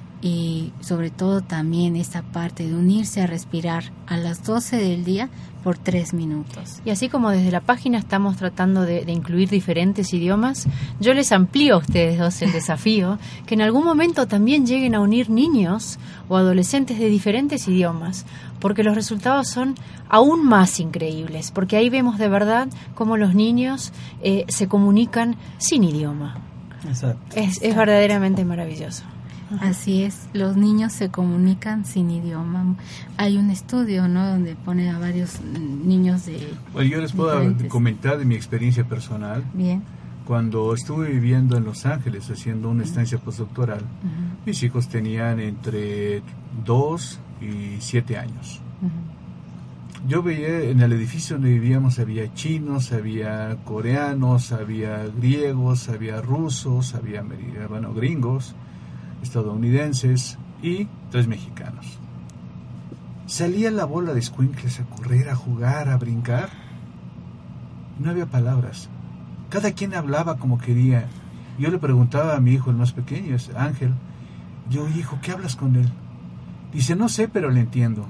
y sobre todo también esta parte de unirse a respirar a las doce del día por tres minutos. Y así como desde la página estamos tratando de, de incluir diferentes idiomas, yo les amplío a ustedes dos el desafío que en algún momento también lleguen a unir niños o adolescentes de diferentes idiomas, porque los resultados son aún más increíbles, porque ahí vemos de verdad cómo los niños eh, se comunican sin idioma. Exacto. Es, es verdaderamente maravilloso. Así es, los niños se comunican sin idioma. Hay un estudio, ¿no?, donde pone a varios niños de... Bueno, yo les puedo diferentes. comentar de mi experiencia personal. Bien. Cuando estuve viviendo en Los Ángeles haciendo una estancia postdoctoral, Uh-huh. mis hijos tenían entre dos y siete años. Uh-huh. Yo veía en el edificio donde vivíamos, había chinos, había coreanos, había griegos, había rusos, había, bueno, gringos, estadounidenses y tres mexicanos. Salía la bola de escuincles a correr, a jugar, a brincar. No había palabras. Cada quien hablaba como quería. Yo le preguntaba a mi hijo, el más pequeño, es Ángel, yo, hijo, ¿qué hablas con él? Dice, no sé, pero le entiendo.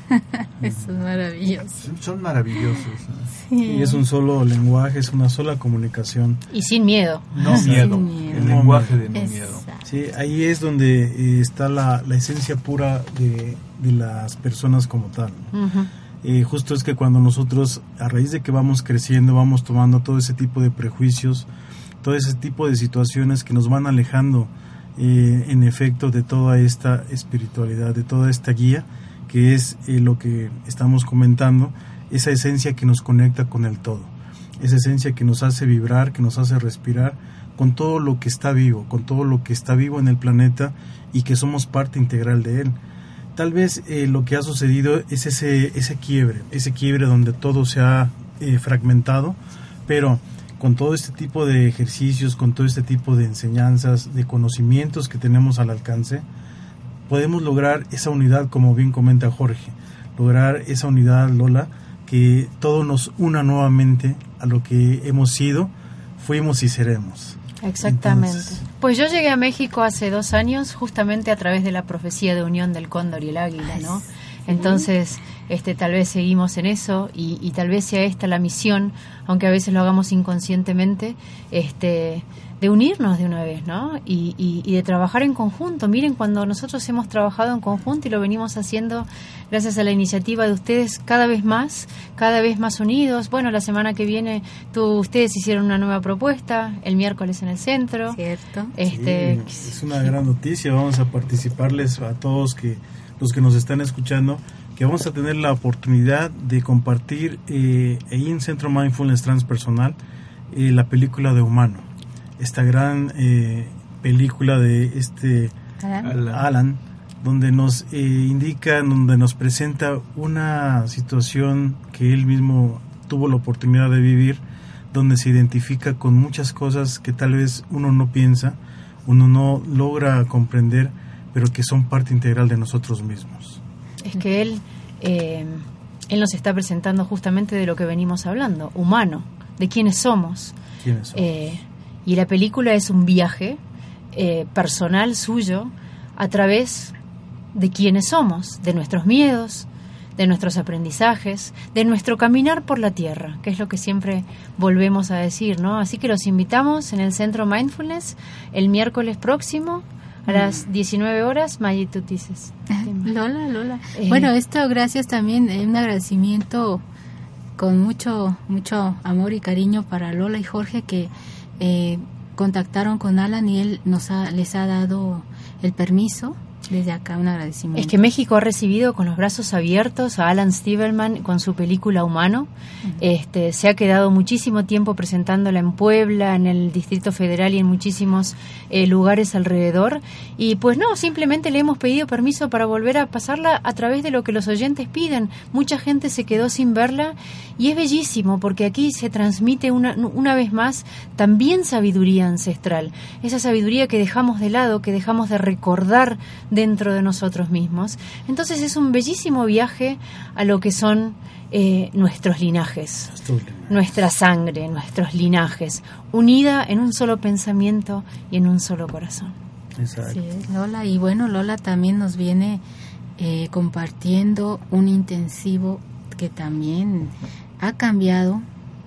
Eso es maravilloso. Son, son maravillosos, ¿no? Sí. Y es un solo lenguaje, es una sola comunicación. Y sin miedo. No Sin miedo, miedo. el lenguaje de no Exacto. miedo. Sí, ahí es donde eh, está la, la esencia pura de, de las personas como tal, ¿no? Uh-huh. Eh, justo es que cuando nosotros, a raíz de que vamos creciendo, vamos tomando todo ese tipo de prejuicios, todo ese tipo de situaciones que nos van alejando, eh, en efecto, de toda esta espiritualidad, de toda esta guía, que es eh, lo que estamos comentando, esa esencia que nos conecta con el todo, esa esencia que nos hace vibrar, que nos hace respirar con todo lo que está vivo, con todo lo que está vivo en el planeta y que somos parte integral de él. Tal vez eh, lo que ha sucedido es ese, ese quiebre, ese quiebre donde todo se ha eh, fragmentado, pero con todo este tipo de ejercicios, con todo este tipo de enseñanzas, de conocimientos que tenemos al alcance, podemos lograr esa unidad, como bien comenta Jorge, lograr esa unidad, Lola, que todo nos una nuevamente a lo que hemos sido, fuimos y seremos. Exactamente. Entonces, pues yo llegué a México hace dos años justamente a través de la profecía de unión del cóndor y el águila, ¿no? Entonces, este, tal vez seguimos en eso y, y tal vez sea esta la misión, aunque a veces lo hagamos inconscientemente, este, de unirnos de una vez, ¿no? Y, y, y de trabajar en conjunto. Miren, cuando nosotros hemos trabajado en conjunto y lo venimos haciendo gracias a la iniciativa de ustedes cada vez más, cada vez más unidos. Bueno, la semana que viene tú, ustedes hicieron una nueva propuesta, el miércoles en el centro. Cierto. Este, sí, es una gran noticia. Vamos a participarles a todos que los que nos están escuchando, que vamos a tener la oportunidad de compartir eh, ahí en Centro Mindfulness Transpersonal eh, la película de Humano, esta gran eh, película de este Alan. Alan, donde nos eh, indica, donde nos presenta una situación que él mismo tuvo la oportunidad de vivir, donde se identifica con muchas cosas que tal vez uno no piensa, uno no logra comprender, pero que son parte integral de nosotros mismos. Es que él, eh, él nos está presentando justamente de lo que venimos hablando, humano, de quiénes somos. ¿Quiénes somos? Eh, y la película es un viaje eh, personal suyo a través de quiénes somos, de nuestros miedos, de nuestros aprendizajes, de nuestro caminar por la tierra, que es lo que siempre volvemos a decir, ¿no? Así que los invitamos en el Centro Mindfulness el miércoles próximo a las diecinueve horas. Maggie, tú dices. Lola, Lola. Eh, bueno, esto gracias también, eh, un agradecimiento con mucho mucho amor y cariño para Lola y Jorge, que eh, contactaron con Alan y él nos ha, les ha dado el permiso. Desde acá un agradecimiento. Es que México ha recibido con los brazos abiertos a Alan Stivelman con su película Humano. Uh-huh. Este, se ha quedado muchísimo tiempo presentándola en Puebla, en el Distrito Federal y en muchísimos eh, lugares alrededor. Y pues no, simplemente le hemos pedido permiso para volver a pasarla a través de lo que los oyentes piden. Mucha gente se quedó sin verla y es bellísimo porque aquí se transmite una, una vez más también sabiduría ancestral. Esa sabiduría que dejamos de lado, que dejamos de recordar dentro de nosotros mismos. Entonces es un bellísimo viaje a lo que son eh, nuestros linajes, nuestra sangre, nuestros linajes, unida en un solo pensamiento y en un solo corazón. Exacto. Sí, Lola, y bueno, Lola también nos viene eh, compartiendo un intensivo que también ha cambiado,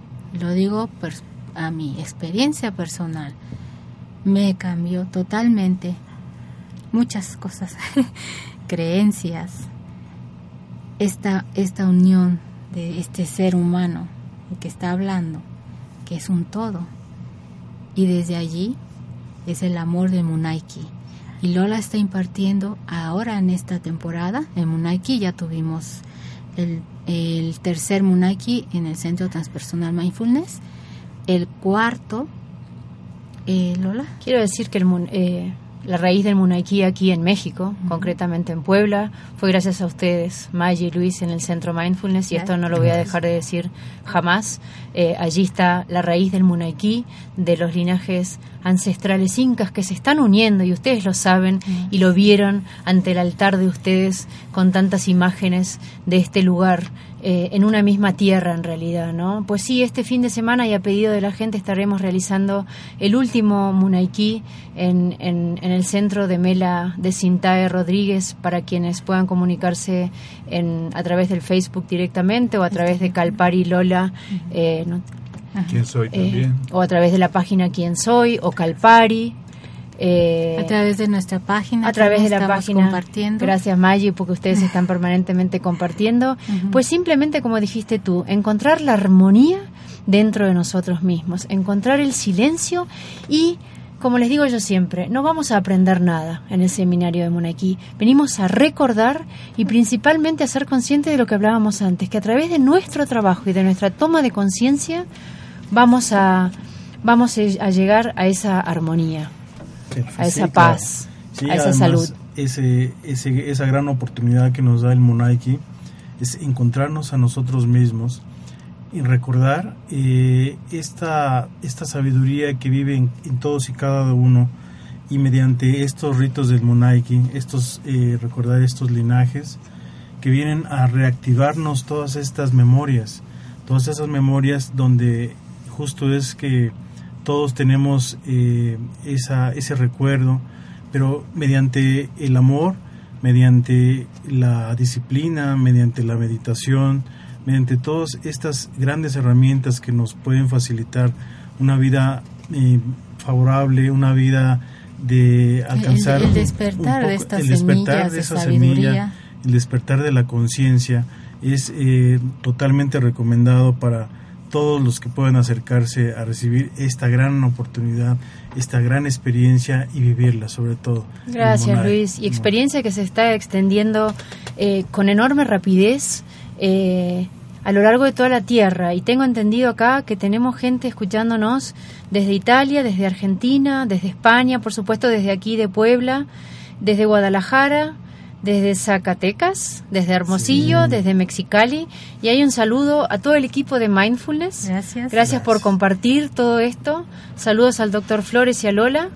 lo digo per- a mi experiencia personal, me cambió totalmente muchas cosas, creencias, esta, esta unión de este ser humano el que está hablando, que es un todo, y desde allí es el amor de Munaiki. Y Lola está impartiendo ahora en esta temporada en Munaiki. Ya tuvimos el, el tercer Munaiki en el Centro Transpersonal Mindfulness, el cuarto, eh, Lola. Quiero decir que el, eh, la raíz del Munaiki aquí en México, uh-huh. concretamente en Puebla, fue gracias a ustedes, Maggie y Luis, en el Centro Mindfulness, y esto no lo voy a dejar de decir jamás. Eh, allí está la raíz del Munaiki, de los linajes ancestrales incas que se están uniendo, y ustedes lo saben, uh-huh. y lo vieron ante el altar de ustedes con tantas imágenes de este lugar, eh, en una misma tierra en realidad, ¿no? Pues sí, este fin de semana y a pedido de la gente estaremos realizando el último Munaiki en, en, en el centro de Mela de Cintae Rodríguez, para quienes puedan comunicarse en, a través del Facebook directamente o a través de Calpari Lola, eh, ¿no? ¿Quién soy también? Eh, o a través de la página Quién Soy o Calpari. Eh, a través de nuestra página. A través de la página. Compartiendo. Gracias, Maggie, porque ustedes están permanentemente compartiendo. Uh-huh. Pues simplemente, como dijiste tú, encontrar la armonía dentro de nosotros mismos, encontrar el silencio y, como les digo yo siempre, no vamos a aprender nada en el seminario de Munaiki. Venimos a recordar y principalmente a ser conscientes de lo que hablábamos antes, que a través de nuestro trabajo y de nuestra toma de conciencia vamos a, vamos a llegar a esa armonía. A esa sí, paz, sí, a esa además, salud. Ese, ese, esa gran oportunidad que nos da el Munaiki es encontrarnos a nosotros mismos y recordar eh, esta, esta sabiduría que vive en, en todos y cada uno, y mediante estos ritos del Munaiki, estos, eh, recordar estos linajes que vienen a reactivarnos todas estas memorias, todas esas memorias donde justo es que todos tenemos eh, esa, ese recuerdo, pero mediante el amor, mediante la disciplina, mediante la meditación, mediante todas estas grandes herramientas que nos pueden facilitar una vida eh, favorable, una vida de alcanzar el, el despertar un poco, de estas el despertar semillas de esa de semilla, el despertar de la conciencia es eh, totalmente recomendado para todos los que puedan acercarse a recibir esta gran oportunidad, esta gran experiencia y vivirla sobre todo. Gracias, Luis. Y experiencia que se está extendiendo eh, con enorme rapidez eh, a lo largo de toda la tierra. Y tengo entendido acá que tenemos gente escuchándonos desde Italia, desde Argentina, desde España, por supuesto desde aquí de Puebla, desde Guadalajara, desde Zacatecas, desde Hermosillo, sí. desde Mexicali, y hay un saludo a todo el equipo de Mindfulness. Gracias. Gracias, Gracias. por compartir todo esto. Saludos al doctor Flores y a Lola.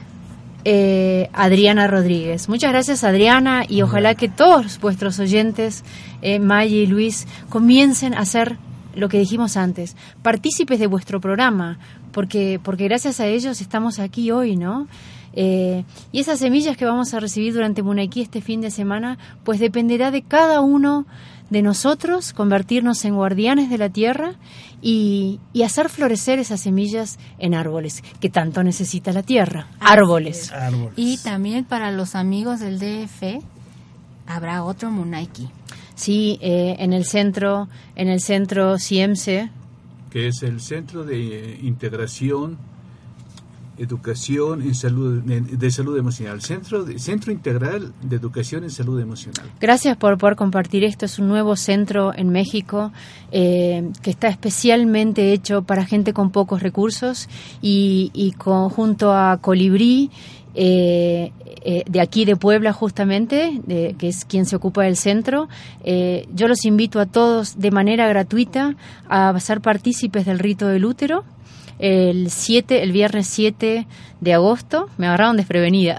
Eh, Adriana Rodríguez. Muchas gracias, Adriana, y ojalá que todos vuestros oyentes, eh, Maggie y Luis, comiencen a ser lo que dijimos antes, partícipes de vuestro programa, porque, porque gracias a ellos estamos aquí hoy, ¿no? Eh, y esas semillas que vamos a recibir durante Munaiki este fin de semana, pues dependerá de cada uno de nosotros convertirnos en guardianes de la tierra y, y hacer florecer esas semillas en árboles que tanto necesita la tierra. Árboles. Árboles. Y también para los amigos del D F habrá otro Munaiki. Sí, eh, en el centro, en el centro C I E M S E, que es el Centro de Integración Educación en salud de salud emocional, centro de, centro integral de educación en salud emocional. Gracias por poder compartir esto. Es un nuevo centro en México eh, que está especialmente hecho para gente con pocos recursos y, y con, junto a Colibrí eh, eh, de aquí de Puebla justamente, de, que es quien se ocupa del centro. Eh, yo los invito a todos de manera gratuita a ser partícipes del rito del útero. El siete, el viernes siete de agosto, me agarraron desprevenida,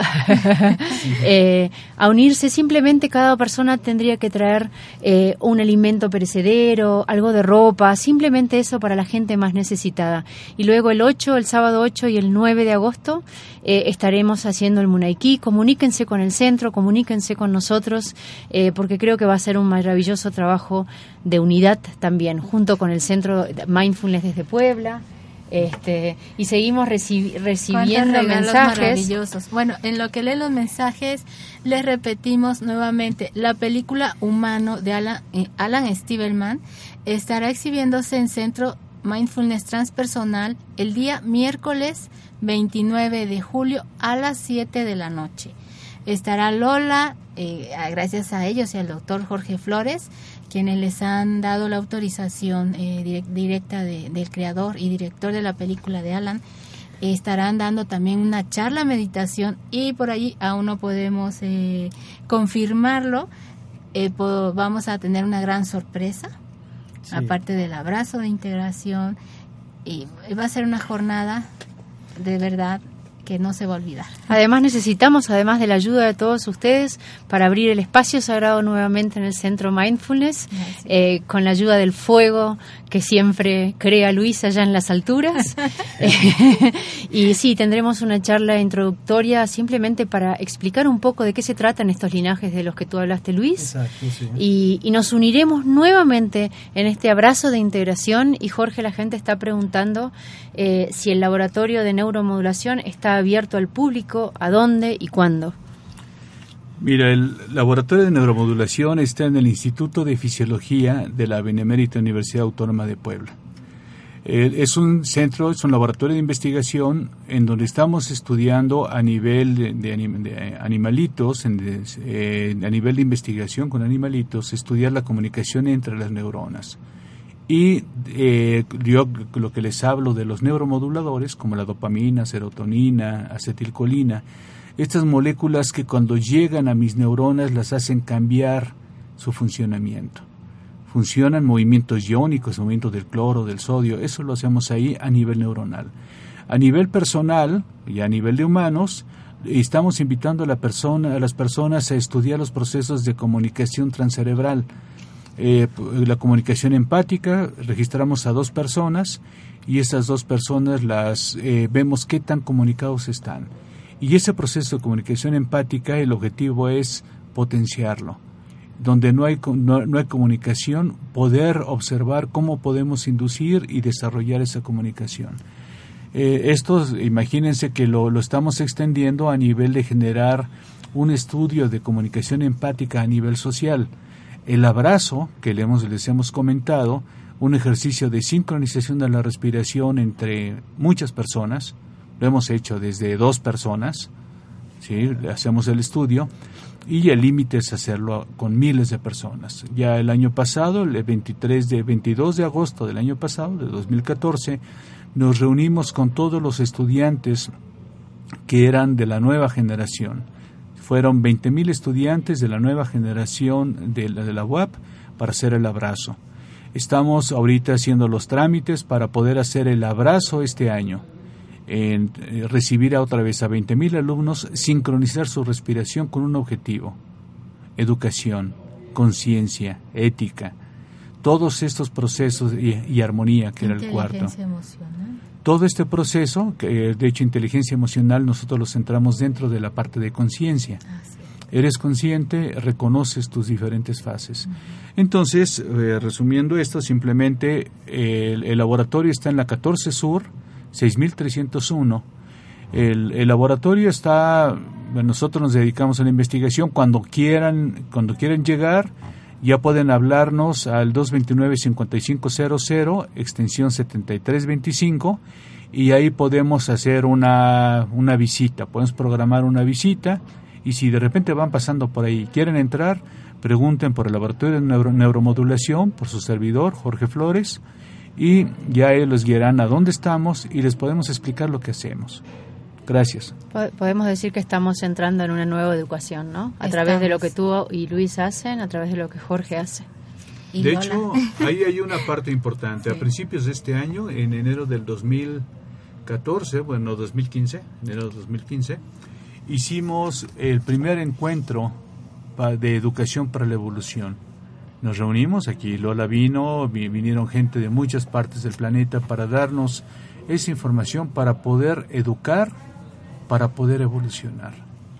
eh, a unirse. Simplemente cada persona tendría que traer eh, un alimento perecedero, algo de ropa, simplemente eso para la gente más necesitada. Y luego el ocho, el sábado ocho y el nueve de agosto eh, estaremos haciendo el Munaiki. Comuníquense con el centro, comuníquense con nosotros, eh, porque creo que va a ser un maravilloso trabajo de unidad también, junto con el Centro Mindfulness desde Puebla. Este, y seguimos reci- recibiendo mensajes maravillosos. Bueno, en lo que leen los mensajes, les repetimos nuevamente, la película Humano de Alan, eh, Alan Stivelman estará exhibiéndose en Centro Mindfulness Transpersonal el día miércoles veintinueve de julio a las siete de la noche. Estará Lola, eh, gracias a ellos y al doctor Jorge Flores, quienes les han dado la autorización eh, direct, directa de, del creador y director de la película de Alan. estarán dando también una charla meditación y por ahí aún no podemos eh, confirmarlo. Eh, po- vamos a tener una gran sorpresa, sí. Aparte del abrazo de integración, y va a ser una jornada de verdad que no se va a olvidar. Además necesitamos, además de la ayuda de todos ustedes, para abrir el espacio sagrado nuevamente en el Centro Mindfulness, eh, con la ayuda del fuego que siempre crea Luis allá en las alturas. eh, y sí, tendremos una charla introductoria simplemente para explicar un poco de qué se tratan estos linajes de los que tú hablaste, Luis. Exacto, sí. Y, y nos uniremos nuevamente en este abrazo de integración. Y Jorge, la gente está preguntando eh, si el laboratorio de neuromodulación está abierto al público, a dónde y cuándo. Mira, el laboratorio de neuromodulación está en el Instituto de Fisiología de la Benemérita Universidad Autónoma de Puebla. Eh, es un centro, es un laboratorio de investigación en donde estamos estudiando a nivel de, de, anim, de animalitos, en de, eh, a nivel de investigación con animalitos, estudiar la comunicación entre las neuronas. Y eh, yo lo que les hablo de los neuromoduladores, como la dopamina, serotonina, acetilcolina, estas moléculas que cuando llegan a mis neuronas las hacen cambiar su funcionamiento. Funcionan movimientos iónicos, movimientos del cloro, del sodio, eso lo hacemos ahí a nivel neuronal. A nivel personal y a nivel de humanos, estamos invitando a, la persona, a las personas a estudiar los procesos de comunicación transcerebral. Eh, la comunicación empática, registramos a dos personas y esas dos personas las eh, vemos qué tan comunicados están. Y ese proceso de comunicación empática, el objetivo es potenciarlo. Donde no hay, no, no hay comunicación, poder observar cómo podemos inducir y desarrollar esa comunicación. Eh, esto, imagínense que lo, lo estamos extendiendo a nivel de generar un estudio de comunicación empática a nivel social. El abrazo, que le hemos, les hemos comentado, un ejercicio de sincronización de la respiración entre muchas personas, lo hemos hecho desde dos personas, ¿sí? Hacemos el estudio, y el límite es hacerlo con miles de personas. Ya el año pasado, el veintitrés de, veintidós de agosto del año pasado, de dos mil catorce, nos reunimos con todos los estudiantes que eran de la nueva generación. Fueron veinte mil estudiantes de la nueva generación de la, de la U A P para hacer el abrazo. Estamos ahorita haciendo los trámites para poder hacer el abrazo este año, en eh, recibir a otra vez a veinte mil alumnos, sincronizar su respiración con un objetivo: educación, conciencia, ética, todos estos procesos y, y armonía, que era el cuarto. Inteligencia emocional. Todo este proceso, que de hecho inteligencia emocional, nosotros lo centramos dentro de la parte de conciencia. Ah, sí. Eres consciente, reconoces tus diferentes fases. Uh-huh. Entonces, eh, resumiendo esto, simplemente eh, el, el laboratorio está en la catorce Sur, seis mil trescientos uno. El, el laboratorio está, bueno, nosotros nos dedicamos a la investigación. Cuando quieran, cuando quieran llegar, ya pueden hablarnos al dos dos nueve, cinco cinco cero cero, extensión setenta y tres veinticinco, y ahí podemos hacer una, una visita, podemos programar una visita, y si de repente van pasando por ahí y quieren entrar, pregunten por el laboratorio de neuro, neuromodulación, por su servidor, Jorge Flores, y ya ellos les guiarán a dónde estamos y les podemos explicar lo que hacemos. Gracias. Podemos decir que estamos entrando en una nueva educación, ¿no? A estamos. través de lo que tú y Luis hacen, a través de lo que Jorge hace. De hecho, ahí hay una parte importante. Sí. A principios de este año, en enero del dos mil catorce, bueno, dos mil quince, enero del dos mil quince, hicimos el primer encuentro de educación para la evolución. Nos reunimos, aquí Lola vino, vinieron gente de muchas partes del planeta para darnos esa información para poder educar, para poder evolucionar.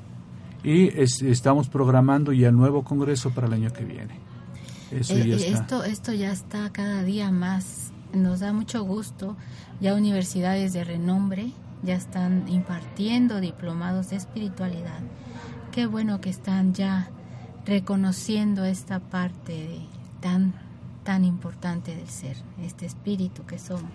Y es, estamos programando ya el nuevo congreso para el año que viene. Eso eh, ya está. Esto, esto ya está cada día más. Nos da mucho gusto. Ya universidades de renombre ya están impartiendo diplomados de espiritualidad. Qué bueno que están ya reconociendo esta parte de, tan, tan importante del ser, este espíritu que somos.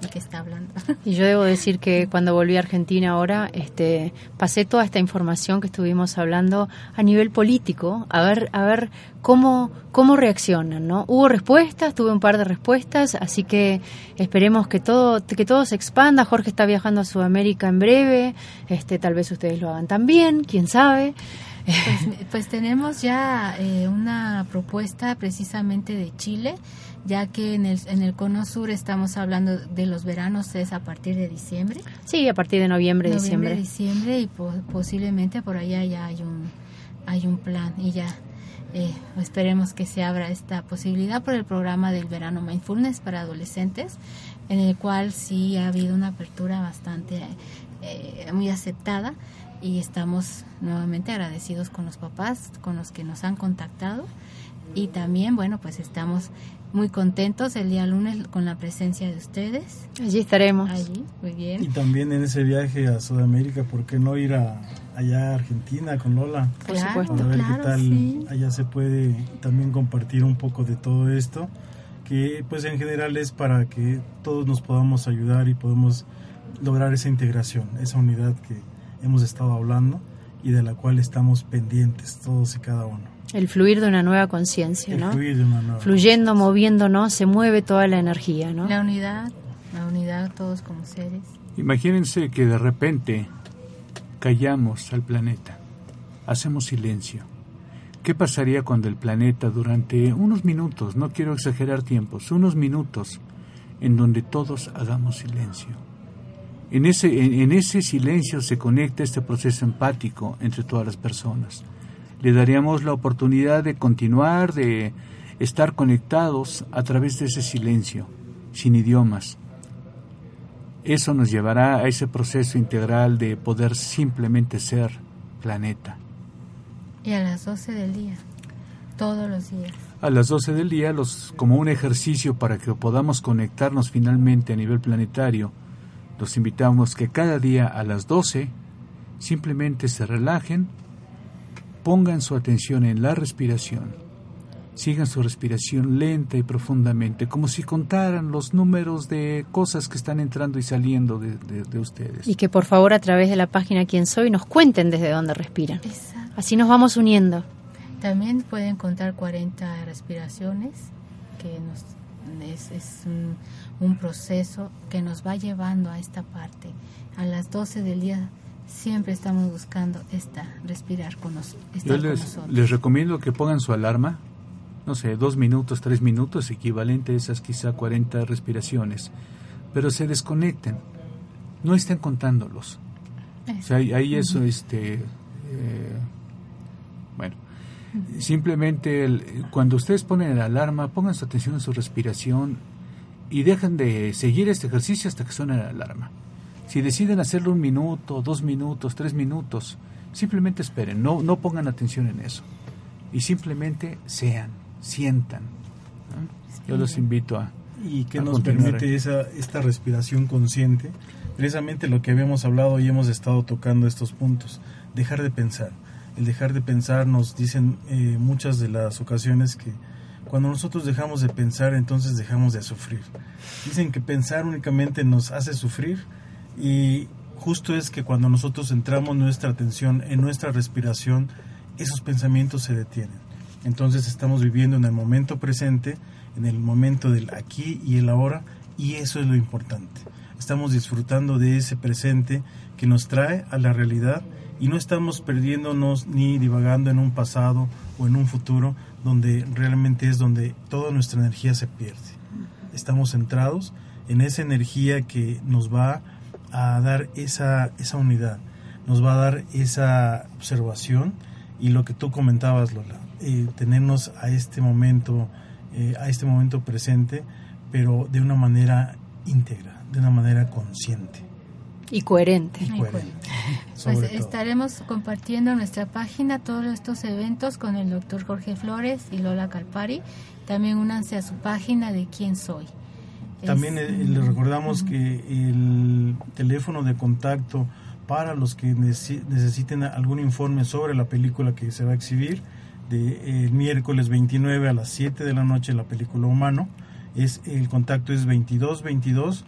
el que está hablando. Y yo debo decir que cuando volví a Argentina ahora, este, pasé toda esta información que estuvimos hablando a nivel político, a ver, a ver cómo, cómo reaccionan, ¿no? Hubo respuestas, tuve un par de respuestas, así que esperemos que todo, que todo se expanda. Jorge está viajando a Sudamérica en breve, este, tal vez ustedes lo hagan también, quién sabe. Pues, pues tenemos ya eh, una propuesta precisamente de Chile, ya que en el, en el Cono Sur estamos hablando de los veranos es a partir de diciembre. Sí, a partir de noviembre, noviembre diciembre. diciembre y po- posiblemente por allá ya hay un, hay un plan y ya eh, esperemos que se abra esta posibilidad por el programa del verano Mindfulness para adolescentes, en el cual sí ha habido una apertura bastante eh, muy aceptada y estamos nuevamente agradecidos con los papás, con los que nos han contactado y también, bueno, pues estamos muy contentos el día lunes con la presencia de ustedes. Allí estaremos. Allí, muy bien. Y también en ese viaje a Sudamérica, ¿por qué no ir a allá a Argentina con Lola? Por Claro, supuesto. Para ver claro, qué tal sí. allá se puede también compartir un poco de todo esto, que pues en general es para que todos nos podamos ayudar y podamos lograr esa integración, esa unidad que hemos estado hablando y de la cual estamos pendientes todos y cada uno. El fluir de una nueva conciencia, El ¿no? fluir de una nueva Fluyendo, moviéndonos, se mueve toda la energía, ¿no? La unidad, la unidad todos como seres. Imagínense que de repente callamos al planeta, hacemos silencio. ¿Qué pasaría cuando el planeta durante unos minutos, no quiero exagerar tiempos, unos minutos en donde todos hagamos silencio? En ese, en, en ese silencio se conecta este proceso empático entre todas las personas. Le daríamos la oportunidad de continuar, de estar conectados a través de ese silencio, sin idiomas. Eso nos llevará a ese proceso integral de poder simplemente ser planeta. Y a las doce del día, todos los días. A las doce del día, los, como un ejercicio para que podamos conectarnos finalmente a nivel planetario, los invitamos que cada día a las doce simplemente se relajen, pongan su atención en la respiración, sigan su respiración lenta y profundamente, como si contaran los números de cosas que están entrando y saliendo de, de, de ustedes. Y que por favor a través de la página Quién Soy nos cuenten desde dónde respiran. Exacto. Así nos vamos uniendo. También pueden contar cuarenta respiraciones, que nos, es, es un, un proceso que nos va llevando a esta parte. A las doce del día siempre estamos buscando esta, respirar con, nos, estar Yo les, con nosotros. les recomiendo que pongan su alarma, no sé, dos minutos, tres minutos, equivalente a esas quizá cuarenta respiraciones, pero se desconecten, no estén contándolos. O sea, ahí, ahí eso, este, eh, bueno, simplemente el, cuando ustedes ponen la alarma, pongan su atención en su respiración y dejen de seguir este ejercicio hasta que suene la alarma. Si deciden hacerlo un minuto, dos minutos, tres minutos, simplemente esperen, no, no pongan atención en eso. Y simplemente sean, sientan, ¿no? Yo los invito a y que a nos continuar. permite esa esta respiración consciente, precisamente lo que habíamos hablado y hemos estado tocando estos puntos, dejar de pensar. El dejar de pensar nos dicen eh, muchas de las ocasiones que cuando nosotros dejamos de pensar, entonces dejamos de sufrir. Dicen que pensar únicamente nos hace sufrir, y justo es que cuando nosotros centramos nuestra atención en nuestra respiración, esos pensamientos se detienen. Entonces estamos viviendo en el momento presente, en el momento del aquí y el ahora, y eso es lo importante. Estamos disfrutando de ese presente que nos trae a la realidad y no estamos perdiéndonos ni divagando en un pasado o en un futuro donde realmente es donde toda nuestra energía se pierde. Estamos centrados en esa energía que nos va a dar esa, esa unidad, nos va a dar esa observación y lo que tú comentabas, Lola, eh, tenernos a este momento, eh, a este momento presente, pero de una manera íntegra, de una manera consciente. Y coherente. Y coherente. Pues estaremos compartiendo en nuestra página todos estos eventos con el doctor Jorge Flores y Lola Calpari. También únanse a su página de Quién Soy. También es, eh, les recordamos uh-huh. que el teléfono de contacto para los que necesiten algún informe sobre la película que se va a exhibir de, eh, el miércoles veintinueve a las siete de la noche, la película Humano, es el contacto es veintidós veintidós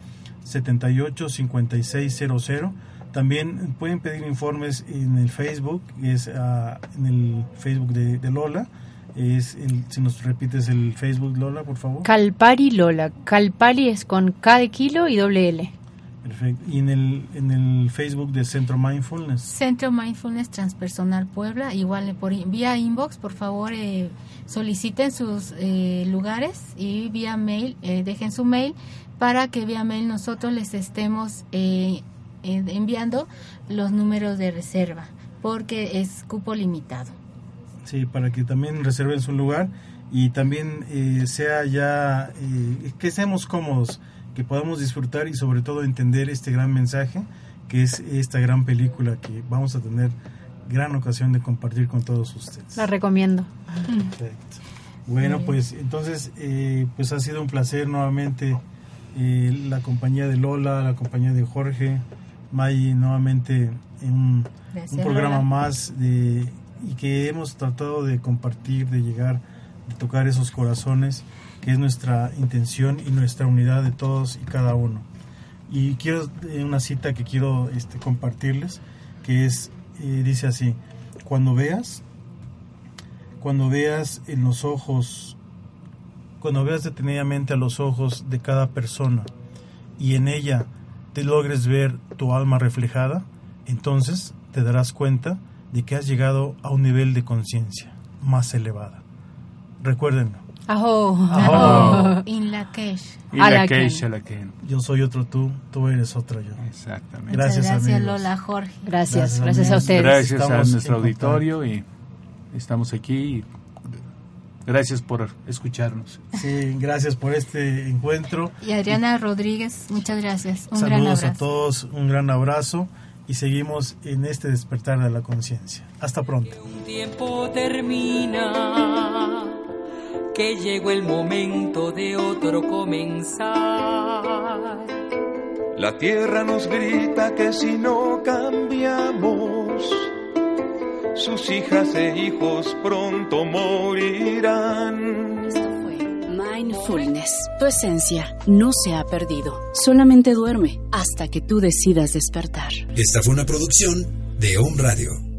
setenta y ocho, cincuenta y seis cero cero. También pueden pedir informes en el Facebook, es uh, en el Facebook de, de Lola. Es el, si nos repites el Facebook, Lola, por favor. Calpari Lola. Calpari es con K de kilo y doble L. Perfecto. Y en el, en el Facebook de Centro Mindfulness. Centro Mindfulness Transpersonal Puebla, igual por vía inbox, por favor eh, soliciten sus eh, lugares y vía mail, eh, dejen su mail para que vía mail nosotros les estemos eh, eh, enviando los números de reserva, porque es cupo limitado. Sí, para que también reserven su lugar y también eh, sea ya, eh, que seamos cómodos, que podamos disfrutar y sobre todo entender este gran mensaje que es esta gran película que vamos a tener gran ocasión de compartir con todos ustedes. La recomiendo. Perfecto. Bueno, pues entonces eh, pues ha sido un placer nuevamente eh, la compañía de Lola, la compañía de Jorge, May, nuevamente en un, un programa Lola. más de, y que hemos tratado de compartir, de llegar, de tocar esos corazones, que es nuestra intención y nuestra unidad de todos y cada uno. Y quiero una cita que quiero este, compartirles, que es, eh, dice así: cuando veas, cuando veas en los ojos, cuando veas detenidamente a los ojos de cada persona y en ella te logres ver tu alma reflejada, entonces te darás cuenta de que has llegado a un nivel de conciencia más elevada. Recuérdenlo. Ajo. Ajo. In la Kesh. In la Kesh, a la que. Yo soy otro tú, tú eres otro yo. Exactamente. Gracias, gracias amigos. Lola, Jorge. Gracias, gracias, gracias a ustedes. Gracias estamos a nuestro auditorio y estamos aquí. Y gracias por escucharnos. Sí, gracias por este encuentro. Y Adriana Rodríguez, muchas gracias. Un Saludos gran abrazo. a todos, un gran abrazo y seguimos en este despertar de la conciencia. Hasta pronto. Un tiempo termina, que llegó el momento de otro comenzar. La tierra nos grita que si no cambiamos, sus hijas e hijos pronto morirán. Esto fue Mindfulness. Tu esencia no se ha perdido, solamente duerme hasta que tú decidas despertar. Esta fue una producción de Om Radio.